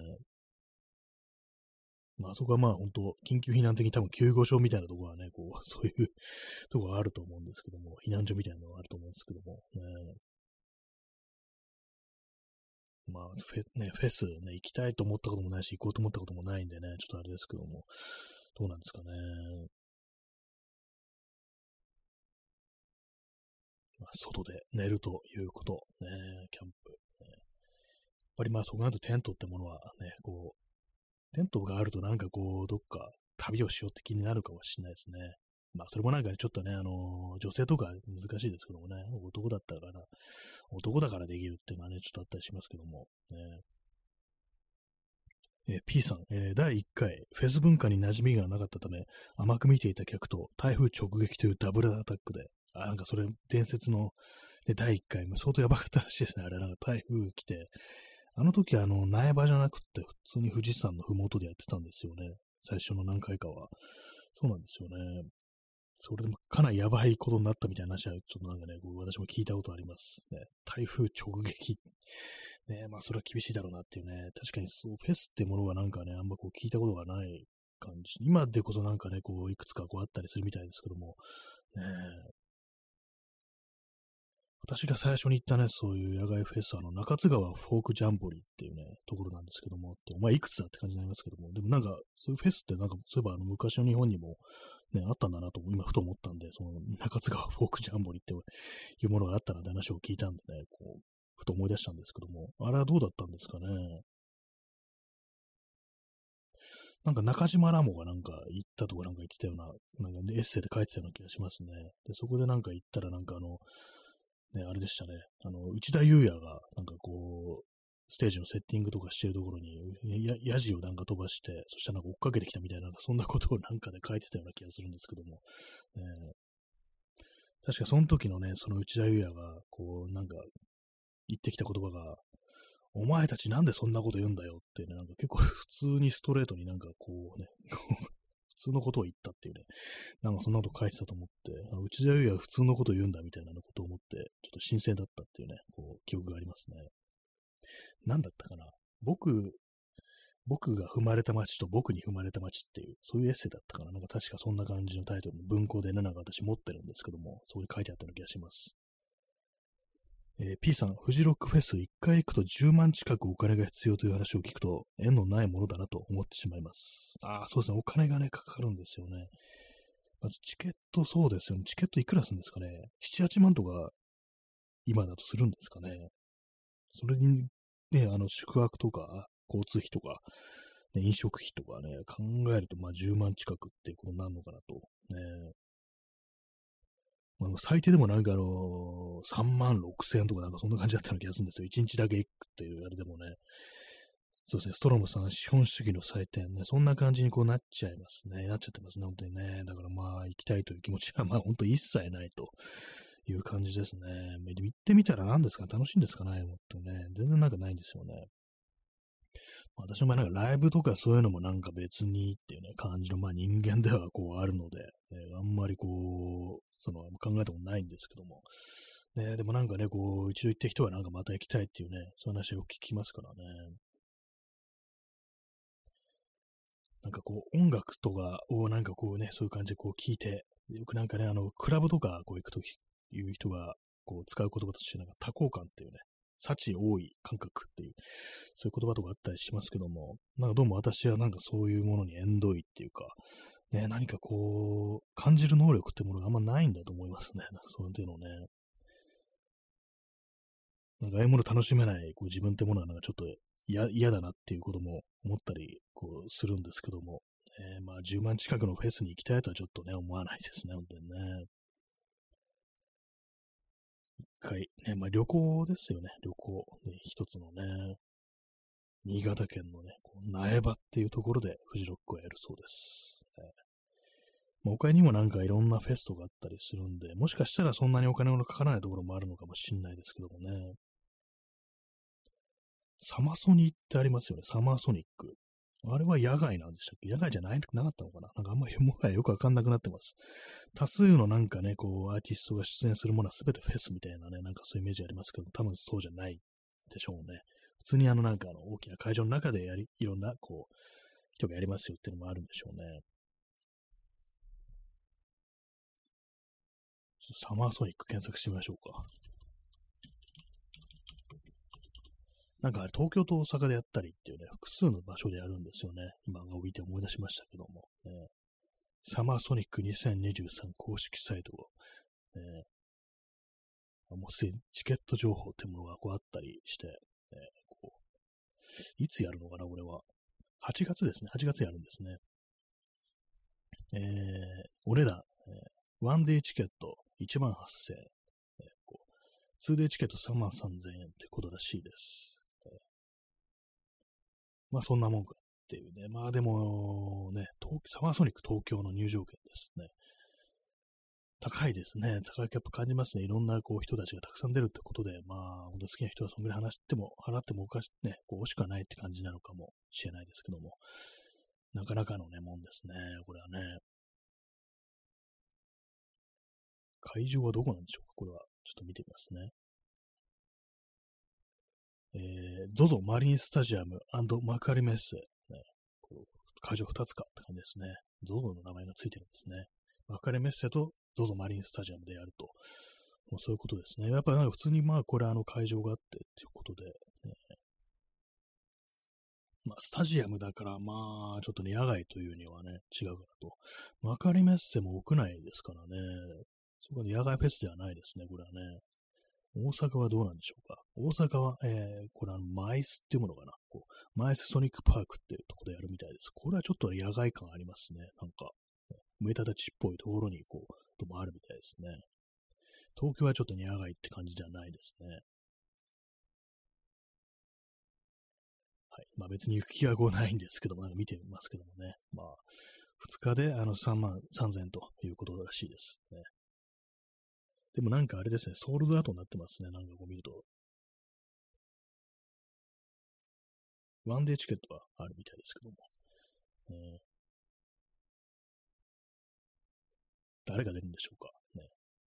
まあ、あそこはまあ本当、緊急避難的に多分救護所みたいなところはね、こう、そういうところがあると思うんですけども、避難所みたいなのがあると思うんですけども、ね、まあ、フェスね、行きたいと思ったこともないし、行こうと思ったこともないんでね、ちょっとあれですけども、どうなんですかね。まあ、外で寝るということ、ね、キャンプ。ね、やっぱりまあ、そうなるとテントってものはね、こう、テントがあるとなんかこう、どっか旅をしようって気になるかもしれないですね。まあ、それもなんかね、ちょっとね、女性とか難しいですけどもね、男だからできるっていうのはね、ちょっとあったりしますけども、ね。P さん、第1回、フェス文化に馴染みがなかったため、甘く見ていた客と台風直撃というダブルアタックで、なんかそれ、伝説の、ね、第1回、も相当やばかったらしいですね。あれ、なんか台風来て、あの時苗場じゃなくって、普通に富士山のふもとでやってたんですよね。最初の何回かは。そうなんですよね。それでもかなりやばいことになったみたいな話は、ちょっとなんかね、こう私も聞いたことありますね。台風直撃。ね、まあそれは厳しいだろうなっていうね。確かにそう、フェスってものがなんかね、あんまこう聞いたことがない感じ。今でこそなんかね、こういくつかこうあったりするみたいですけども、ね、私が最初に行ったね、そういう野外フェス、中津川フォークジャンボリーっていうね、ところなんですけども、お前いくつだって感じになりますけども、でもなんか、そういうフェスってなんか、そういえば昔の日本にもね、あったんだなと、今ふと思ったんで、その中津川フォークジャンボリーっていうものがあったなって話を聞いたんでね、こう、ふと思い出したんですけども、あれはどうだったんですかね。なんか中島ラモがなんか行ったとかなんか言ってたような、なんかエッセイで書いてたような気がしますね。で、そこでなんか行ったらなんかね、あれでしたね。内田祐也が、なんかこう、ステージのセッティングとかしてるところに、ヤジをなんか飛ばして、そしたらなんか追っかけてきたみたいな、そんなことをなんかで書いてたような気がするんですけども、ね、確かその時のね、その内田祐也が、こう、なんか言ってきた言葉が、お前たちなんでそんなこと言うんだよってね、なんか結構普通にストレートになんかこうね、こう普通のことを言ったっていうね、なんかそんなこと書いてたと思って、内田裕也は普通のことを言うんだみたいなことを思って、ちょっと新鮮だったっていうね、こう、記憶がありますね。なんだったかな。僕が踏まれた街と僕に踏まれた街っていう、そういうエッセイだったかな。なんか確かそんな感じのタイトルの文庫でね、なんか私持ってるんですけども、そこに書いてあったような気がします。P さん、フジロックフェス1回行くと10万近くお金が必要という話を聞くと、縁のないものだなと思ってしまいます。ああ、そうですね。お金がね、かかるんですよね。まずチケット、そうですよね。チケットいくらするんですかね。7、8万とか今だとするんですかね。それに、ね、宿泊とか、交通費とか、ね、飲食費とかね、考えると、まあ、10万近くっていうことになるのかなと。ね、最低でもなんか3万6千円とかなんかそんな感じだったような気がするんですよ。1日だけ行くっていうあれでもね。そうですね、ストロムさん、資本主義の祭典ね、そんな感じにこうなっちゃいますね。なっちゃってますね、本当にね。だからまあ、行きたいという気持ちは、まあ、本当一切ないという感じですね。行ってみたら何ですか、楽しいんですかね、もっとね。全然なんかないんですよね。私の場合なんかライブとかそういうのもなんか別にっていうね、感じの、まあ人間ではこうあるので、ね、あんまりこう、考えたことないんですけども。ね、でもなんかね、こう、一度行った人はなんかまた行きたいっていうね、そういう話を聞きますからね。なんかこう、音楽とかをなんかこうね、そういう感じでこう聞いて、よくなんかね、クラブとかこう行くという人がこう使う言葉として、なんか多幸感っていうね、幸多い感覚っていう、そういう言葉とかあったりしますけども、なんかどうも私はなんかそういうものに縁遠いっていうか、ね、何かこう、感じる能力ってものがあんまないんだと思いますね。なんかそういうのをね、なんかああいうもの楽しめない、こう自分ってものはなんかちょっと嫌だなっていうことも思ったりこうするんですけども、まあ10万近くのフェスに行きたいとはちょっとね、思わないですね、本当にね。一回、ね、まあ旅行ですよね、旅行。ね、一つのね、新潟県のね、こう苗場っていうところでフジロックをやるそうです。まあ、他にもなんかいろんなフェスとかあったりするんで、もしかしたらそんなにお金のかからないところもあるのかもしれないですけどもね。サマソニってありますよね。サマーソニック。あれは野外なんでしたっけ？野外じゃなかったのかな？なんかあんまりもはやよくわかんなくなってます。多数のなんかね、こう、アーティストが出演するものは全てフェスみたいなね、なんかそういうイメージありますけど、多分そうじゃないでしょうね。普通になんか大きな会場の中でいろんな、こう、人がやりますよっていうのもあるんでしょうね。サマーソニック検索してみましょうか。なんかあれ、東京と大阪でやったりっていうね、複数の場所でやるんですよね。今が見て思い出しましたけども。ね、サマーソニック2023公式サイトを、ね、もうすでにチケット情報っていうものがこうあったりして、ね、こういつやるのかな、これは。8月ですね。8月やるんですね。お値段、ワンデーチケット18,000円、ツーデーチケット33,000円ってことらしいです。まあそんなもんかっていうね。まあでもね、サマーソニック東京の入場券ですね。高いですね。高いキャップ感じますね。いろんなこう人たちがたくさん出るってことで、まあ、本当好きな人はそんぐらい払ってもね、こう惜しくはないって感じなのかもしれないですけども、なかなかのね、もんですね。これはね。会場はどこなんでしょうか？これは。ちょっと見てみますね。ZOZO マリンスタジアム幕張メッセ、ね、こう会場2つかって感じですね。ZOZO の名前がついてるんですね。幕張メッセと ZOZO マリンスタジアムでやると。もうそういうことですね。やっぱりなんか普通にまあこれ会場があってっていうことで、ね、まあスタジアムだからまあちょっとね野外というにはね違うかなと。幕張メッセも屋内ですからね。そこで野外フェスではないですね、これはね。大阪はどうなんでしょうか。大阪は、これマイスっていうものかな。こうマイスソニックパークっていうところでやるみたいです。これはちょっと野外感ありますね。なんか、埋め立て地っぽいところにこう、ともあるみたいですね。東京はちょっと野外って感じじゃないですね。はい。まあ別に行く気はこうないんですけども、なんか見てみますけどもね。まあ、2日で3万3000ということらしいですね。でもなんかあれですね、ソールドアウトになってますね。なんかこう見ると。ワンデーチケットはあるみたいですけども。 誰が出るんでしょうか。ね、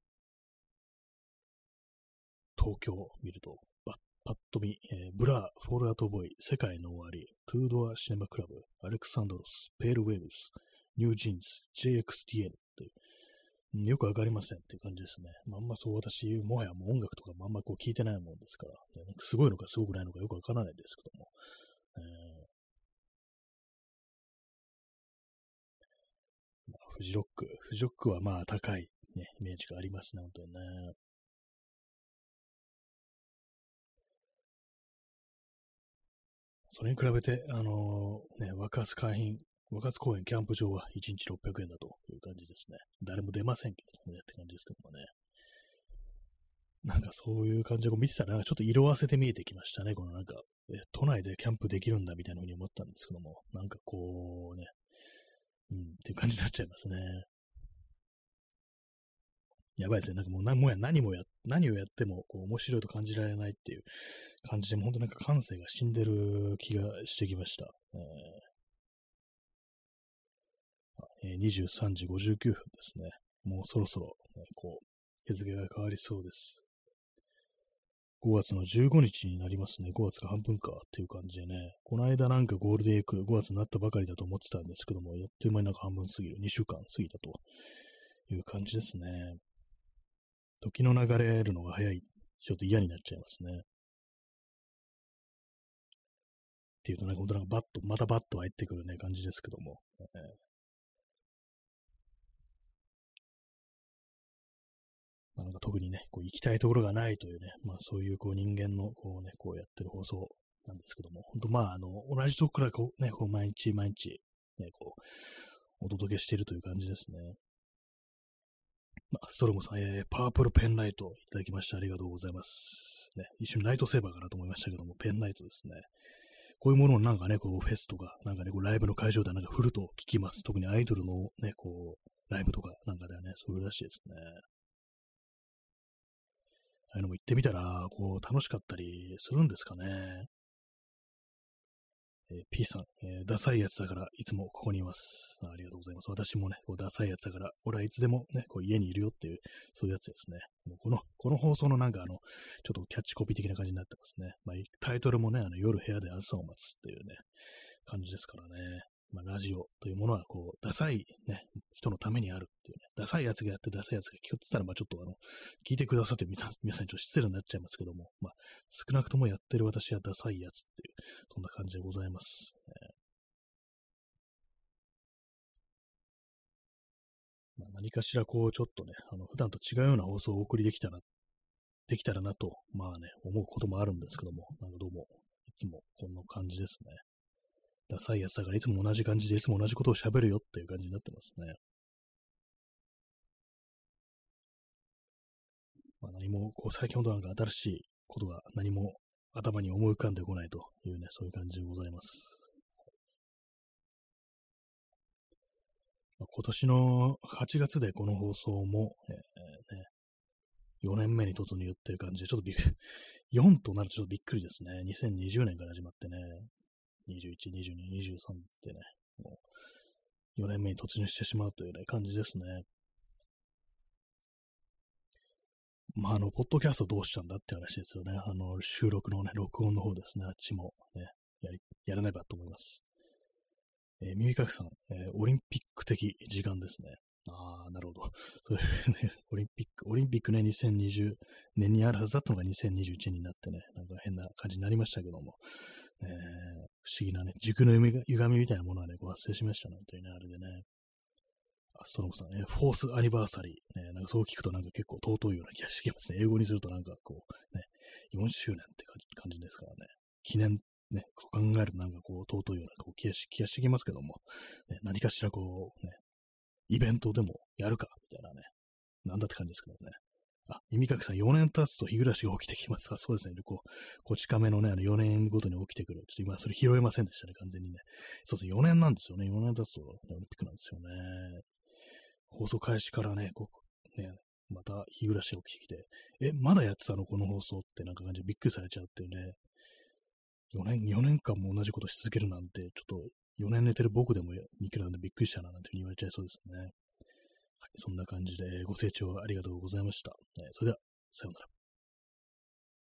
東京を見ると、パッと見、ブラー、フォールアウトボーイ、世界の終わり、トゥードアシネマクラブ、アレクサンドロス、ペールウェーブス、ニュージーンズ、JXTN という、よくわかりませんっていう感じですね。まあ、あんまそう私、もはやもう音楽とかもあんまこう聞いてないもんですから、ね、なんかすごいのかすごくないのかよくわからないですけども。まあ、フジロックはまあ高い、ね、イメージがありますね、本当にね。それに比べて、若津公園キャンプ場は1日600円だという感じですね。誰も出ませんけどねって感じですけどもね。なんかそういう感じで見てたら、ちょっと色あせて見えてきましたね。このなんか、都内でキャンプできるんだみたいな風に思ったんですけども、なんかこうね、っていう感じになっちゃいますね。やばいですね。なんかもう何をやってもこう面白いと感じられないっていう感じで、もう本当なんか感性が死んでる気がしてきました。23時59分ですね。もうそろそろ、ね、こう、日付が変わりそうです。5月の15日になりますね。5月が半分かっていう感じでね。この間なんかゴールデンウィーク5月になったばかりだと思ってたんですけども、やってる間になんか半分過ぎる。2週間過ぎたという感じですね。時の流れるのが早い。ちょっと嫌になっちゃいますね。っていうとなんか本当なんかまたバッと入ってくるね感じですけども。まあ、なんか特にね、こう行きたいところがないというね、まあそういうこう人間のこうね、こうやってる放送なんですけども、本当まあ同じとこからこうね、こう毎日毎日ね、こうお届けしているという感じですね。まあ、ストロムさん、パープルペンライトいただきましてありがとうございます。ね、一瞬ライトセーバーかなと思いましたけども、ペンライトですね。こういうものをなんかね、こうフェスとか、なんかね、こうライブの会場ではなんか振ると聞きます。特にアイドルのね、こう、ライブとかなんかではね、そういうらしいですね。ああいうのも行ってみたら、こう、楽しかったりするんですかね。P さん、ダサいやつだからいつもここにいます。ありがとうございます。私もね、こうダサいやつだから、俺はいつでもね、こう家にいるよっていう、そういうやつですね。もうこの放送のなんかちょっとキャッチコピー的な感じになってますね。まあ、タイトルもね、夜部屋で朝を待つっていうね、感じですからね。まあ、ラジオというものは、こう、ダサいね、人のためにあるっていうね、ダサいやつがやってダサいやつが聞くって言ったら、まあちょっと聞いてくださって皆さんにちょっと失礼になっちゃいますけども、まあ少なくともやってる私はダサいやつっていう、そんな感じでございます。まあ、何かしらこう、ちょっとね、普段と違うような放送をお送りできたらなと、まあね、思うこともあるんですけども、なんかどうも、いつもこんな感じですね。ダサいやつだからいつも同じ感じでいつも同じことを喋るよっていう感じになってますね。まあ、何も、こう、最近ほどなんか新しいことが何も頭に思い浮かんでこないというね、そういう感じでございます。まあ、今年の8月でこの放送も、4年目に突入っていう感じで、ちょっと4となるとちょっとびっくりですね。2020年から始まってね、21、22、23ってね、もう4年目に突入してしまうというね、感じですね。まあ、ポッドキャストどうしたんだって話ですよね。収録のね、録音の方ですね。あっちもね、やらねばと思います。耳かきさん、オリンピック的時間ですね。ああ、なるほど。そういうね、オリンピックね、2020年にあるはずだったのが2021年になってね、なんか変な感じになりましたけども、不思議なね、軸の歪みみたいなものはね、こう発生しましたね、本当にね、あれでね。ストロムさん、フォースアニバーサリー。ね、なんかそう聞くとなんか結構尊いような気がしてきますね。英語にするとなんかこう、ね、4周年って感じですからね。記念、ね、考えるとなんかこう尊いようなこう気がしてきますけども、ね、何かしらこう、ね、イベントでもやるか、みたいなね、なんだって感じですけどね。あ、耳かきさん、4年経つと日暮らしが起きてきますが、そうですね、こち亀のね、4年ごとに起きてくる。ちょっと今それ拾えませんでしたね、完全にね。そうですね、4年なんですよね。4年経つと、ね、オリンピックなんですよね。放送開始からね、ね、また日暮らしが起きてきて、まだやってたのこの放送ってなんか感じでびっくりされちゃうっていうね。4年間も同じことし続けるなんて、ちょっと4年寝てる僕でもいくらなんでびっくりしたななんて言われちゃいそうですね。はい、 そんな感じでご清聴ありがとうございました。それでは、さようなら。